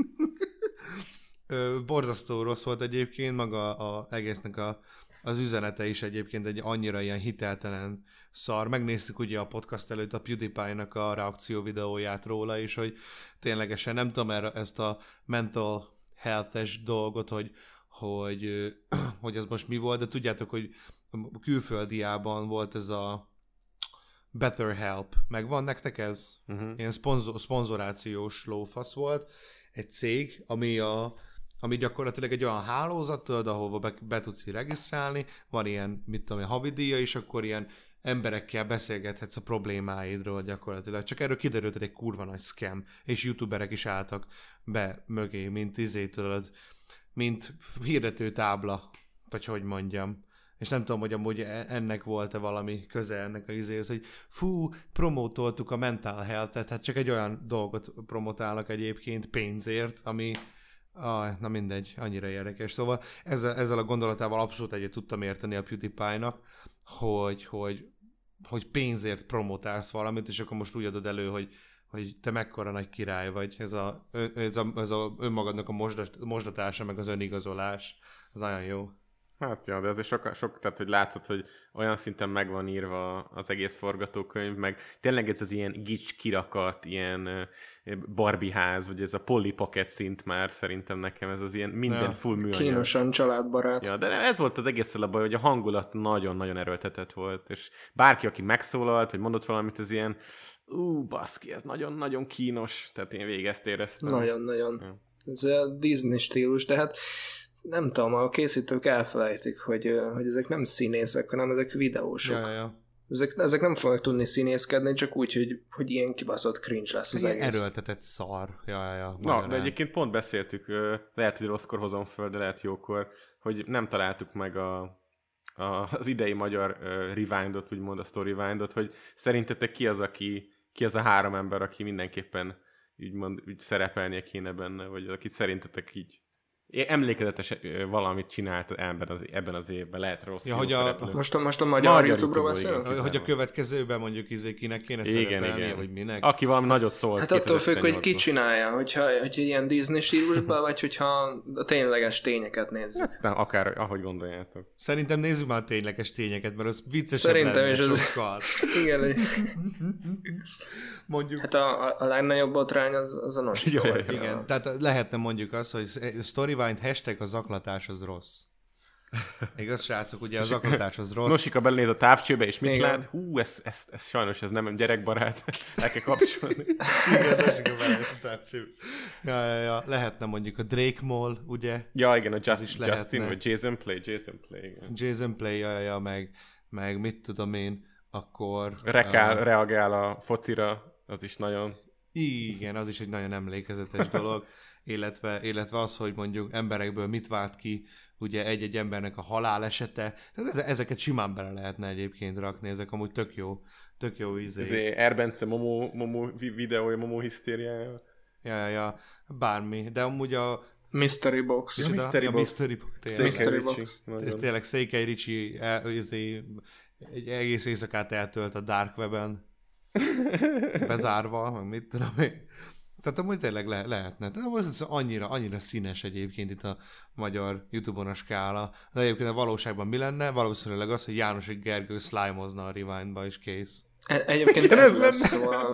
Speaker 1: Borzasztó rossz volt egyébként, maga az egésznek az üzenete is egyébként egy annyira ilyen hiteltelen szar. Megnéztük ugye a podcast előtt a PewDiePie-nak a reakció videóját róla is, hogy ténylegesen nem tudom ezt a mental health-es dolgot, hogy ez most mi volt, de tudjátok, hogy külföldiában volt ez a BetterHelp. Megvan nektek ez? Ilyen szponzorációs lófasz volt. Egy cég, ami gyakorlatilag egy olyan hálózat, tudod, ahova be tudsz regisztrálni, van ilyen, mit tudom, havidíja, és akkor ilyen emberekkel beszélgethetsz a problémáidról gyakorlatilag. Csak erről kiderült, hogy egy kurva nagy scam, és youtuberek is álltak be mögé, mint hirdető tábla, vagy hogy mondjam. És nem tudom, hogy amúgy ennek volt-e valami köze ennek a izéhez, hogy promótoltuk a mental health-et, hát csak egy olyan dolgot promotálnak egyébként pénzért, ami na mindegy, annyira érdekes. Szóval ezzel a gondolatával abszolút egyet tudtam érteni a PewDiePie-nak, hogy pénzért promotálsz valamit, és akkor most úgy adod elő, hogy te mekkora nagy király vagy. Ez a önmagadnak a mosdatása, meg az önigazolás. Az nagyon jó.
Speaker 2: Hát ja, de azért sok, tehát hogy látszott, hogy olyan szinten meg van írva az egész forgatókönyv, meg tényleg ez az ilyen gics kirakat, ilyen Barbie ház, vagy ez a Polly Pocket szint már szerintem nekem, ez az ilyen minden full műanyag.
Speaker 3: Kínosan családbarát.
Speaker 2: Ja, de ez volt az egész a baj, hogy a hangulat nagyon-nagyon erőltetett volt, és bárki, aki megszólalt, vagy mondott valamit, az ilyen baszki, ez nagyon-nagyon kínos, tehát én végig ezt éreztem.
Speaker 3: Nagyon-nagyon. Ja. Ez a Disney stílus, de hát nem tudom, a készítők elfelejtik, hogy ezek nem színészek, hanem ezek videósok.
Speaker 1: Ja.
Speaker 3: Ezek nem fognak tudni színészkedni, csak úgy, hogy ilyen kibaszott cringe lesz az egész.
Speaker 1: Erőltetett szar. Ja.
Speaker 2: Na, de egyébként pont beszéltük, lehet, hogy rosszkor hozom föl, de lehet jókor, hogy nem találtuk meg az idei magyar rewindot, úgymond a story rewindot, hogy szerintetek ki az a 3 ember, aki mindenképpen úgy szerepelnie kéne benne, vagy akit szerintetek így emlékezetes valamit csinált ebben az évben, lehet rossz, jó szereplő.
Speaker 3: Most a magyar YouTube-ról beszélünk?
Speaker 1: Hogy a következőben mondjuk kinek kéne szerepelnie, vagy minek.
Speaker 2: Aki valami nagyot szólt.
Speaker 3: Hát attól függ, hogy ki csinálja, hogyha ilyen Disney stílusban, vagy hogyha a tényleges tényeket nézzük.
Speaker 2: Hát, nem, akár, ahogy gondoljátok.
Speaker 1: Szerintem nézzük már a tényleges tényeket, mert az viccesebb
Speaker 3: szerintem
Speaker 1: lenne sokkal.
Speaker 3: Igen.
Speaker 1: Mondjuk...
Speaker 3: Hát a legnagyobb botrány az a Nosika.
Speaker 1: Igen, tehát lehetne mondjuk az, hogy Storywind hashtag a zaklatás az rossz. Igaz, srácok, ugye a zaklatás az rossz.
Speaker 2: Nosika belenéz a távcsőbe, és mit lát? Hú, ez sajnos ez nem gyerekbarát. El kell kapcsolni.
Speaker 1: Igen, Nosika belenéz a távcsőbe. Ja. Lehetne mondjuk a Drake Mall, ugye?
Speaker 2: Ja, igen, a Justin, vagy Jason Play. Igen.
Speaker 1: Jason Play, meg mit tudom én, akkor...
Speaker 2: Reagál a focira, az is nagyon...
Speaker 1: Igen, az is egy nagyon emlékezetes dolog. Illetve az, hogy mondjuk emberekből mit vált ki, ugye egy-egy embernek a halálesete. Ezeket simán bele lehetne egyébként rakni, ezek amúgy tök jó ízé.
Speaker 2: Ez Erbence Momo videója, Momo hisztériája.
Speaker 1: Ja, bármi. De amúgy a...
Speaker 3: Mystery Box.
Speaker 1: Ja, Mystery Box. Ez tényleg Székely Ricsi egy egész éjszakát eltölt a Dark Web-en. Bezárva, meg mit tudom én. Tehát amúgy tényleg lehetne. Tehát ez annyira színes egyébként itt a magyar YouTube-on a skála. De egyébként a valóságban mi lenne? Valószínűleg az, hogy Jánosik Gergő slime-ozna a Rewindba, és kész.
Speaker 3: Egyébként ez lesz szóval.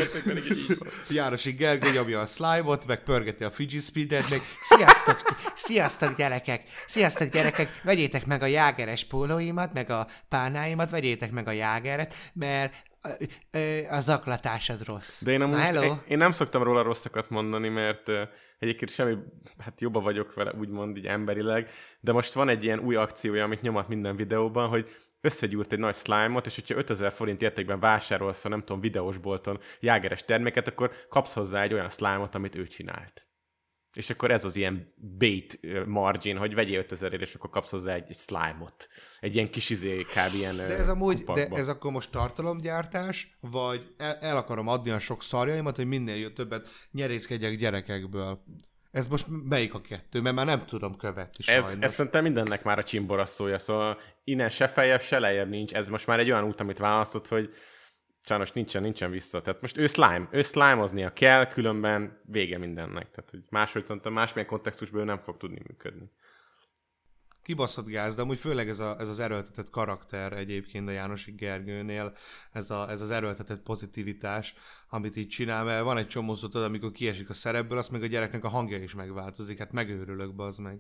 Speaker 1: Jánosik Gergő nyomja a slime-ot, meg pörgeti a Fiji Speed-et, meg
Speaker 4: Sziasztok gyerekek, vegyétek meg a jágeres pólóimat, meg a pánáimat, vegyétek meg a jágeret, mert a zaklatás az rossz.
Speaker 2: De én nem szoktam róla rosszakat mondani, mert egyébként hát jobban vagyok vele, úgymond így emberileg, de most van egy ilyen új akciója, amit nyomat minden videóban, hogy összegyúrt egy nagy slime-ot, és hogyha 5000 forint értékben vásárolsz a nem tudom videósbolton jágeres terméket, akkor kapsz hozzá egy olyan slime-ot, amit ő csinált. És akkor ez az ilyen bait margin, hogy vegyél 5000-ért, és akkor kapsz hozzá egy slime-ot. Egy ilyen kis kb. Ilyen
Speaker 1: de ez akkor most tartalomgyártás, vagy el akarom adni a sok szarjaimat, hogy minél többet nyerészkedjek gyerekekből. Ez most melyik a kettő? Mert már nem tudom követni sajnos.
Speaker 2: Ez szerintem mindennek már a csimborasszója, szóval innen se feljebb, se lejjebb nincs. Ez most már egy olyan út, amit választott, hogy sajnos nincsen vissza. Tehát most ő slime-oznia kell, különben vége mindennek. Tehát, hogy másmilyen kontextusból ő nem fog tudni működni.
Speaker 1: Kibaszott gáz, de amúgy főleg ez az erőltetett karakter egyébként a Jánosik Gergőnél, ez az erőltetett pozitivitás, amit így csinál, mert van egy csomó szó, amikor kiesik a szerepből, azt meg a gyereknek a hangja is megváltozik, hát megőrülök, bazd meg.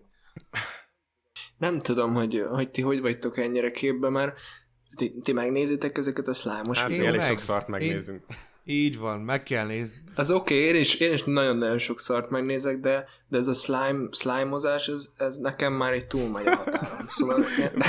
Speaker 3: Nem tudom, hogy ti hogy vagytok ennyire képbe, mert ti megnézitek ezeket a slime-os
Speaker 2: hát, elég sok szart megnézünk.
Speaker 1: Így van, meg kell nézni.
Speaker 3: Az oké, én is nagyon-nagyon sok szart megnézek, de ez a slime-ozás, ez nekem már egy túl megy a határon. Szóval...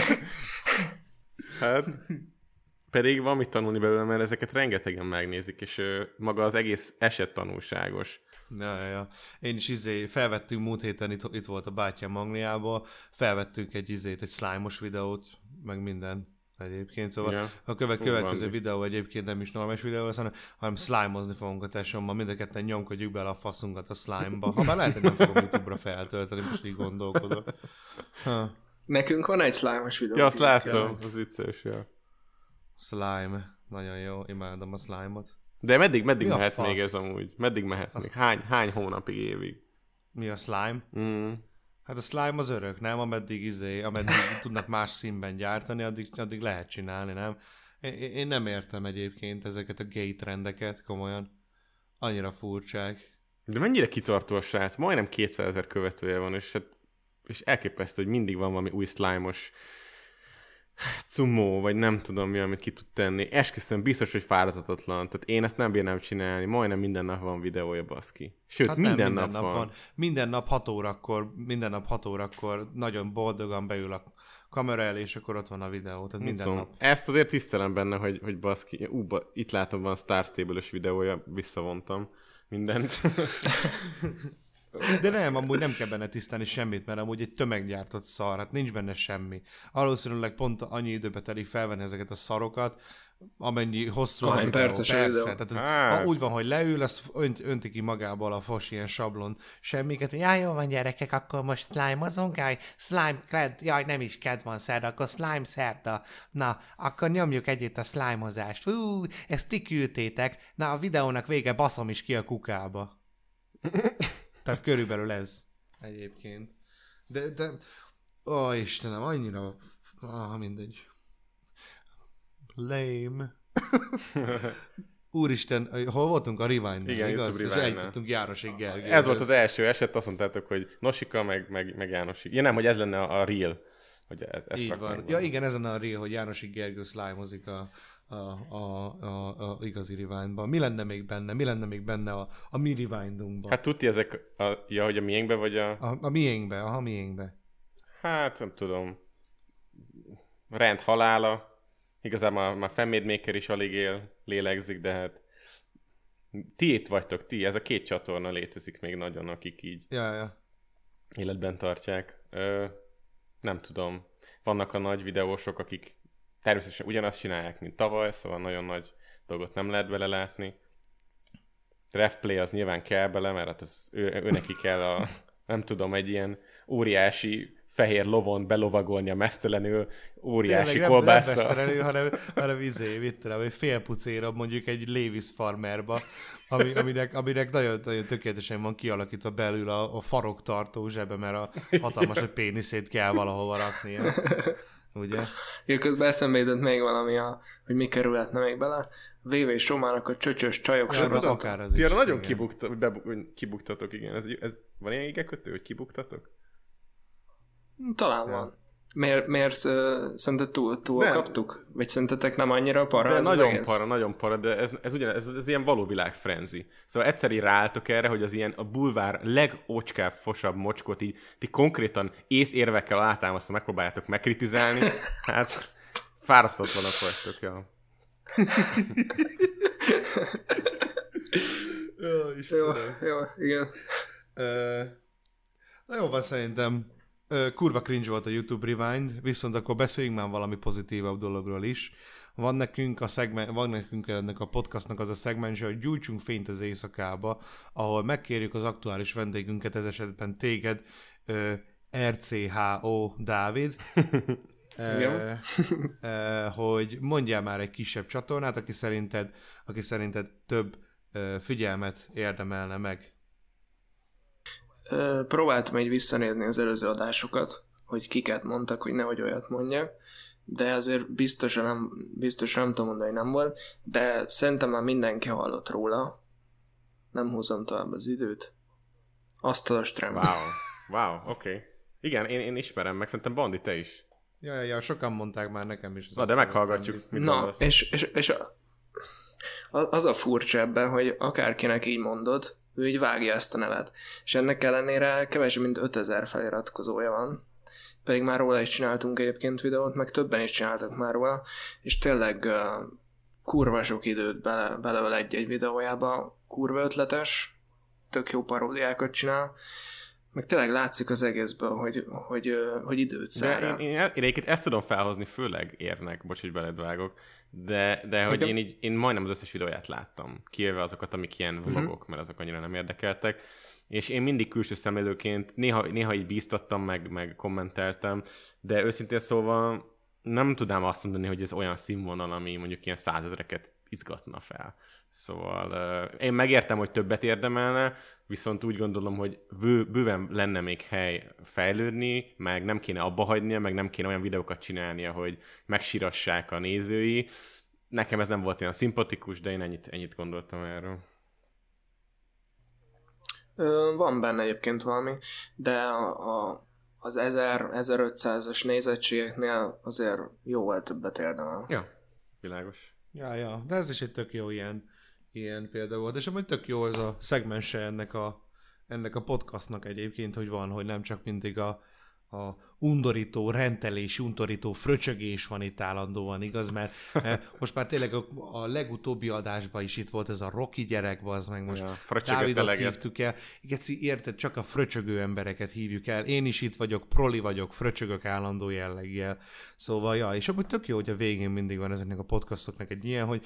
Speaker 2: Hát, pedig van mit tanulni belőle, mert ezeket rengetegen megnézik, és maga az egész eset tanulságos.
Speaker 1: Ja. Én is felvettünk múlt héten, itt volt a bátyám Angliából, felvettünk egy slime-os videót, meg minden. Egyébként, szóval ja, a következő videó egyébként nem is normális videó lesz, hanem slime-ozni fogunk a tesómmal, mind a ketten nyomkodjuk bele a faszunkat a slime-ba. Habár lehet, hogy nem fogom YouTube-ra feltölteni, most így gondolkodok.
Speaker 3: Nekünk van egy slime-os videó.
Speaker 2: Ja, azt láttam, az vicces, ja.
Speaker 1: Slime, nagyon jó, imádom a slime-ot.
Speaker 2: De meddig mehet még ez amúgy? Meddig mehet még? Hány hónapig, évig?
Speaker 1: Mi a slime? Hát a slime az örök, nem? Ameddig tudnak más színben gyártani, addig lehet csinálni, nem? Én nem értem egyébként ezeket a gay trendeket, komolyan. Annyira furcsák.
Speaker 2: De mennyire kitartó a srác? Majdnem 200 000 követője van, és elképesztő, hogy mindig van valami új slime-os cumó, vagy nem tudom mi, amit ki tud tenni. Esküszöm, biztos, hogy fáradhatatlan. Tehát én ezt nem bírnám csinálni. Majdnem minden nap van videója, baszki. Sőt,
Speaker 1: Hát
Speaker 2: minden nap van.
Speaker 1: Minden nap 6 órakor nagyon boldogan beül a kamera elé, és akkor ott van a videó. Tehát minden nap.
Speaker 2: Ezt azért tisztelem benne, hogy baszki. Itt látom, van Star Stable-ös videója, visszavontam mindent.
Speaker 1: De nem, amúgy nem kell benne tisztálni semmit, mert amúgy egy tömeggyártott szar, hát nincs benne semmi. Valószínűleg pont annyi időbe telik felvenni ezeket a szarokat, amennyi hosszú a videó. Persze, tehát úgy van, hogy leül, azt önti ki magából a fos ilyen sablon semmiket.
Speaker 4: Ja, jó van gyerekek, akkor most slime-ozunk, jaj, nem is kedv van szerda, akkor slime szerda. Na, akkor nyomjuk együtt a slime-ozást. Ezt ti küldtétek. Na, a videónak vége, baszom is ki a kukába. Tehát körülbelül ez egyébként. De Istenem, annyira... mindegy. Lame. Úristen, hol voltunk? A Rewind-nál,
Speaker 2: igen,
Speaker 1: igaz? És eljutottunk Jánosig Gergely.
Speaker 2: Ez volt az első eset, azt mondtátok, hogy Nosika, meg Jánosig. Ja nem, hogy ez lenne a real. Hogy ezt
Speaker 1: így van. Ja igen, ez lenne a real, hogy Jánosig Gergő slime-ozik a igazi Rewindban. Mi lenne még benne a mi Rewindunkban?
Speaker 2: Hát tudti ezek, hogy a miénkbe, vagy
Speaker 1: a miénkbe.
Speaker 2: Hát nem tudom. Rend halála. Igazából már Fanmade Maker is alig lélegzik, de hát ti itt vagytok, ez a 2 csatorna létezik még nagyon, akik így életben tartják. Nem tudom. Vannak a nagy videósok, akik természetesen ugyanazt csinálják, mint tavaly, szóval nagyon nagy dolgot nem lehet bele látni. Draftplay az nyilván kell bele, mert hát ő neki kell nem tudom, egy ilyen óriási fehér lovon belovagolni a mesztelenül, óriási kolbásza.
Speaker 1: Nem mesztelenül, hanem mit tudom, egy félpucéra mondjuk egy Levis farmerba, aminek nagyon, nagyon tökéletesen van kialakítva belül a faroktartó zsebe, mert a hatalmas a péniszét kell valahova raknia. Ugye?
Speaker 3: Ja, közben eszembe jutott még valami, hogy mi kerülhetne még bele. VV és Romának a csöcsös csajok sorozat.
Speaker 2: Ti arra nagyon kibuktatok, igen. Ez van ilyen égekötő, hogy kibuktatok?
Speaker 3: Talán van. Miért szerinted túl kaptuk? Vagy szerintetek nem annyira para?
Speaker 2: De nagyon para, de ez ilyen való világ frenzi. Szóval egyszer így ráálltok erre, hogy az ilyen a bulvár legocskább, fosabb mocskot így ti konkrétan észérvekkel alátámasztva megpróbáljátok megkritizálni. Hát fáradhatatlanak vagytok, ja.
Speaker 3: Jó, igen.
Speaker 1: Na jó van, szerintem kurva cringe volt a YouTube Rewind, viszont akkor beszéljünk már valami pozitívabb dologról is. Van nekünk ennek a podcastnak az a szegmense, hogy gyújtsunk fényt az éjszakába, ahol megkérjük az aktuális vendégünket, ez esetben téged, RCHO Dávid, hogy mondjál már egy kisebb csatornát, aki szerinted több figyelmet érdemelne meg.
Speaker 3: Próbáltam így visszanézni az előző adásokat, hogy kiket mondtak, hogy nehogy olyat mondjak, de azért biztosan nem tudom mondani, hogy nem volt, de szerintem már mindenki hallott róla. Nem húzom tovább az időt. Asztalos trend.
Speaker 2: Wow, oké. Igen, én ismerem meg, szerintem Bandi, te is.
Speaker 1: Ja, sokan mondták már nekem is.
Speaker 2: Na, de meghallgatjuk.
Speaker 3: Na, és az a furcsa ebben, hogy akárkinek így mondod, ő így vágja ezt a nevet. És ennek ellenére kevesebb, mint 5000 feliratkozója van. Pedig már róla is csináltunk egyébként videót, meg többen is csináltak már róla, és tényleg kurva sok időt beleöl egy videójába, kurva ötletes, tök jó paródiákat csinál, meg tényleg látszik az egészből, hogy időt szár rá.
Speaker 2: Én egyébként ezt tudom felhozni, főleg érnek, bocs, hogy beledvágok, de hogy én majdnem az összes videóját láttam, kivéve azokat, amik ilyen vlogok, mert azok annyira nem érdekeltek, és én mindig külső szemlélőként néha így bíztattam, meg kommenteltem, de őszintén szóval nem tudnám azt mondani, hogy ez olyan színvonal, ami mondjuk ilyen 100 000-eket izgatna fel. Szóval én megértem, hogy többet érdemelne, viszont úgy gondolom, hogy bőven lenne még hely fejlődni, meg nem kéne abba hagynia, meg nem kéne olyan videókat csinálnia, hogy megsírassák a nézői. Nekem ez nem volt olyan szimpatikus, de én ennyit gondoltam erről.
Speaker 3: Van benne egyébként valami, de az 1000-1500-as nézettségeknél azért jóval többet érdemel.
Speaker 2: Ja, világos.
Speaker 1: Ja, de ez is egy tök jó ilyen példa volt, és amúgy tök jó ez a szegmense ennek a podcastnak egyébként, hogy van, hogy nem csak mindig a undorító rendelés, undorító fröcsögés van itt állandóan, igaz? Mert most már tényleg a legutóbbi adásban is itt volt ez a Rocky gyerek, az meg most Dávidot hívtuk el. Igeci, érted, csak a fröcsögő embereket hívjuk el. Én is itt vagyok, proli vagyok, fröcsögök állandó jelleggel. Szóval, ja, és amúgy tök jó, hogy a végén mindig van ezeknek a podcastoknak egy ilyen,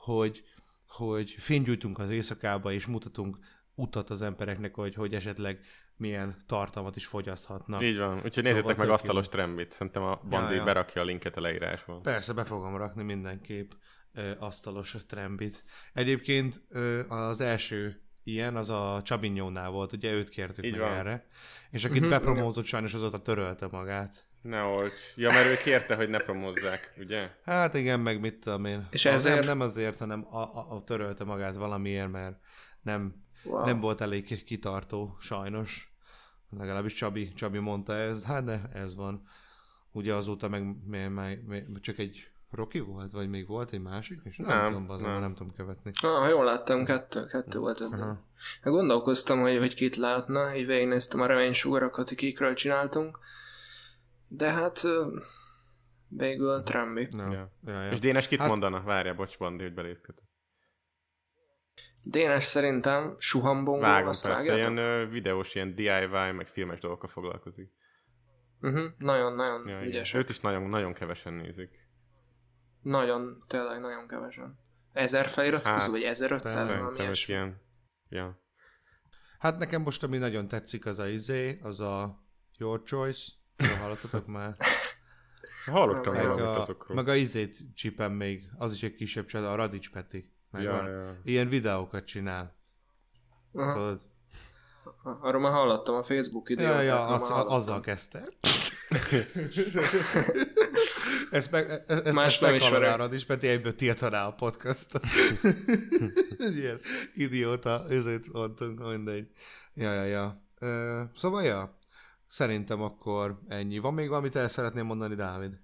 Speaker 1: hogy fénygyújtunk az éjszakába, és mutatunk utat az embereknek, hogy esetleg milyen tartalmat is fogyaszthatnak.
Speaker 2: Így van, úgyhogy nézzétek meg Asztalos Trembit. Szerintem a Bandi berakja a linket a leírásban.
Speaker 1: Persze, be fogom rakni mindenképp Asztalos Trembit. Egyébként az első ilyen, az a Csabinyónál volt, ugye őt kértük meg erre. És akit bepromózott, sajnos azóta törölte magát.
Speaker 2: Ne olcs. Ja, mert ő kérte, hogy ne promózzák, ugye?
Speaker 1: Hát igen, meg mit tudom én.
Speaker 3: És ezért?
Speaker 1: Nem azért, hanem törölte magát valamiért, mert nem volt elég kitartó, sajnos. Legalábbis Csabi mondta ez. Hát ne, ez van. Ugye azóta meg csak egy Rocky volt? Vagy még volt egy másik? És nem tudom követni.
Speaker 3: Ha jól láttam, kettő volt ebben. Gondolkoztam, hogy kit látna, így végignéztem a reménysugarakat, hogy kikről csináltunk. De hát végül Trembi.
Speaker 2: Ja. És Dénes kit mondana? Várjál, bocs, Bandi, hogy belépkedett.
Speaker 3: Dénes szerintem Suhambongó.
Speaker 2: Vágom, persze, ilyen videós, ilyen DIY, meg filmes dolgokkal foglalkozik.
Speaker 3: Nagyon ügyesek.
Speaker 2: Őt is nagyon kevesen nézik.
Speaker 3: Tényleg nagyon kevesen. 1000 feliratkozó, vagy 1500?
Speaker 2: Szerintem is ilyen. Ja.
Speaker 1: Hát nekem most, ami nagyon tetszik, az a Your Choice. Hallottatok már?
Speaker 2: Hallottam valamit azokról.
Speaker 1: Meg a csipem még, az is egy kisebb család, a Radics Peti. Ilyen videókat csinál. Tudod?
Speaker 3: Arról már hallottam a Facebook időt.
Speaker 1: Ja, azzal kezdte. Ezt meghallalá a Radics Peti, egyből tiltaná a podcastot. Ilyen idióta, ezért mondtunk, mindegy. Ja. Szóval, szerintem akkor ennyi. Van még valamit el szeretném mondani, Dávid?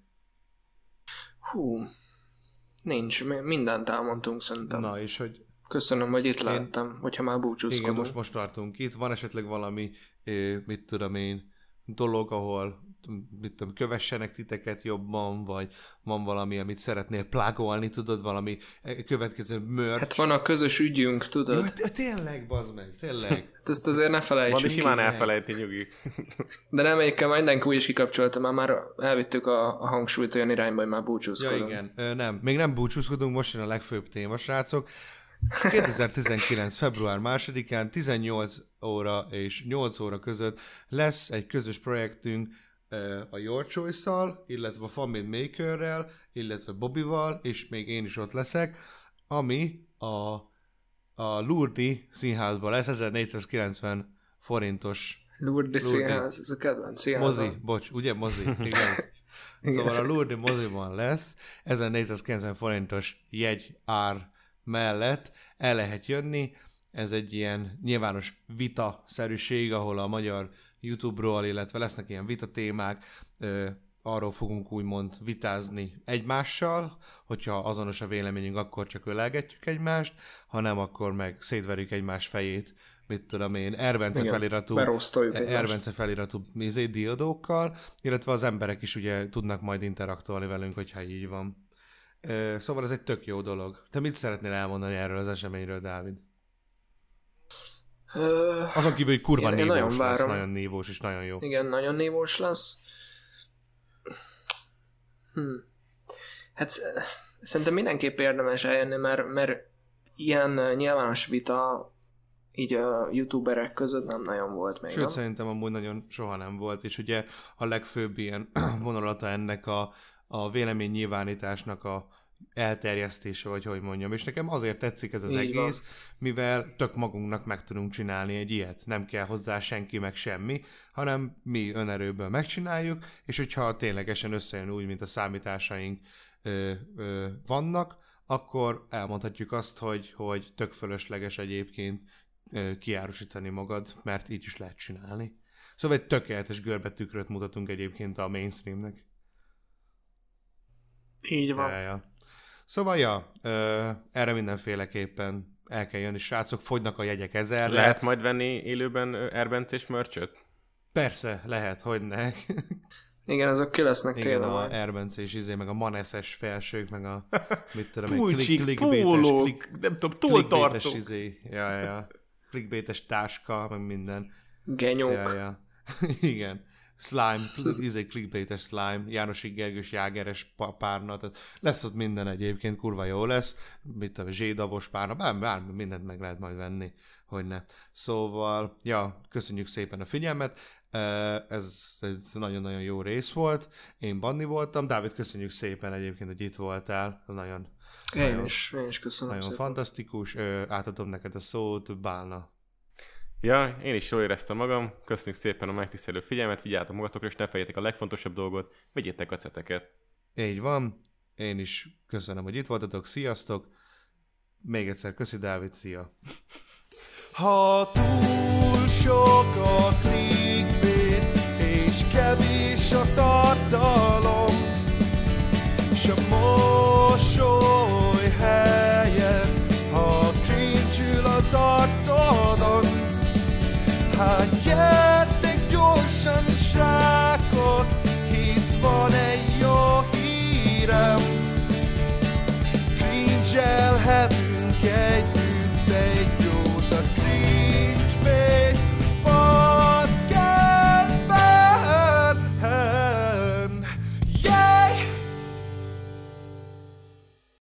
Speaker 3: Nincs, mindent elmondtunk szerintem.
Speaker 1: Na, és hogy...
Speaker 3: Köszönöm, hogy itt láttam, hogyha már búcsúzkodunk.
Speaker 1: Igen, most tartunk itt. Van esetleg valami, mit tudom én, dolog, ahol kövessenek titeket jobban, vagy van valami, amit szeretnél plágolni, tudod, valami következő merch.
Speaker 3: Hát van a közös ügyünk, tudod?
Speaker 1: Ja, tényleg, bazd meg, tényleg.
Speaker 3: Hát ezt azért ne felejtsük.
Speaker 2: Van is simán elfelejti, nyugi.
Speaker 3: De reméljükkel mindenki úgy is kikapcsolta, már elvittük a hangsúlyt olyan irányba, hogy már búcsúzkodunk.
Speaker 1: Ja, igen. Még nem búcsúzkodunk, most jön a legfőbb téma, srácok. 2019. február 2-án 18 óra és 8 óra között lesz egy közös projektünk a Your Choice-szal, illetve a Family Makerrel, illetve Bobbyval, és még én is ott leszek, ami a Lourdes színházban lesz, 1490 forintos.
Speaker 3: Lourdes színház, ez a kedvenc színház.
Speaker 1: Mozi, igen. Szóval a Lourdes moziban lesz, 1490 forintos jegy ár mellett el lehet jönni. Ez egy ilyen nyilvános vita-szerűség, ahol a magyar YouTube-ról, illetve lesznek ilyen vitatémák, arról fogunk úgymond vitázni egymással, hogyha azonos a véleményünk, akkor csak ölelgetjük egymást, ha nem, akkor meg szétverjük egymás fejét, mit tudom én, Erbence feliratú diadókkal, illetve az emberek is ugye tudnak majd interaktolni velünk, hogyha így van. Szóval ez egy tök jó dolog. Te mit szeretnél elmondani erről az eseményről, Dávid? Azon kívül, hogy kurva nívós lesz, nagyon nívós és nagyon jó.
Speaker 3: Igen, nagyon nívós lesz. Hát szerintem mindenképp érdemes eljönni, mert ilyen nyilvános vita így a youtuberek között nem nagyon volt még.
Speaker 1: Sőt, szerintem amúgy nagyon soha nem volt, és ugye a legfőbb ilyen vonalata ennek a véleménynyilvánításnak a elterjesztése, vagy hogy mondjam. És nekem azért tetszik ez az
Speaker 3: Így
Speaker 1: egész,
Speaker 3: van.
Speaker 1: mivel tök magunknak meg tudunk csinálni egy ilyet. Nem kell hozzá senki, meg semmi, hanem mi önerőből megcsináljuk, és hogyha ténylegesen összejön úgy, mint a számításaink vannak, akkor elmondhatjuk azt, hogy tök fölösleges egyébként kiárusítani magad, mert így is lehet csinálni. Szóval egy tökéletes görbetükröt mutatunk egyébként a mainstreamnek.
Speaker 3: Így van.
Speaker 1: Ja. Szóval, erre mindenféleképpen el kell jönni, srácok, fogynak a jegyek 1000-re.
Speaker 2: Lehet majd venni élőben Erbencés mörcsöt?
Speaker 1: Persze, lehet, hogyne.
Speaker 3: Igen, azok ki lesznek
Speaker 1: Igen,
Speaker 3: tényleg.
Speaker 1: a Erbence és meg a Maneszes felsők, meg a mit tudom,
Speaker 2: Pulcsik, pólók, nem tudom, túltartok.
Speaker 1: Ja. Clickbaites táska, meg minden.
Speaker 3: Genyók.
Speaker 1: Ja. Igen. Slime, clickbaites slime, Jánosi Gergős Jágeres párna, tehát lesz ott minden egyébként, kurva jó lesz, mit tudom, zsédavos párna, bármi mindent meg lehet majd venni, hogy ne. Szóval, köszönjük szépen a figyelmet, ez nagyon-nagyon jó rész volt, én Banni voltam, Dávid, köszönjük szépen egyébként, hogy itt voltál, ez nagyon
Speaker 3: Én is köszönöm
Speaker 1: nagyon
Speaker 3: szépen.
Speaker 1: fantasztikus, átadom neked a szót, Bálna.
Speaker 2: Ja, én is jól éreztem magam, köszönjük szépen a megtisztelő figyelmet, vigyázzatok magatokra, és ne felejtjétek a legfontosabb dolgot, vegyétek a ceteket.
Speaker 1: Így van, én is köszönöm, hogy itt voltatok, sziasztok, még egyszer köszi, Dávid, szia!
Speaker 5: Ha túl sok a clickbait, és kevés a tartalom, s a mosoly helyett, ha cringe-ül az arcodon, hát gyertek gyorsan, srác!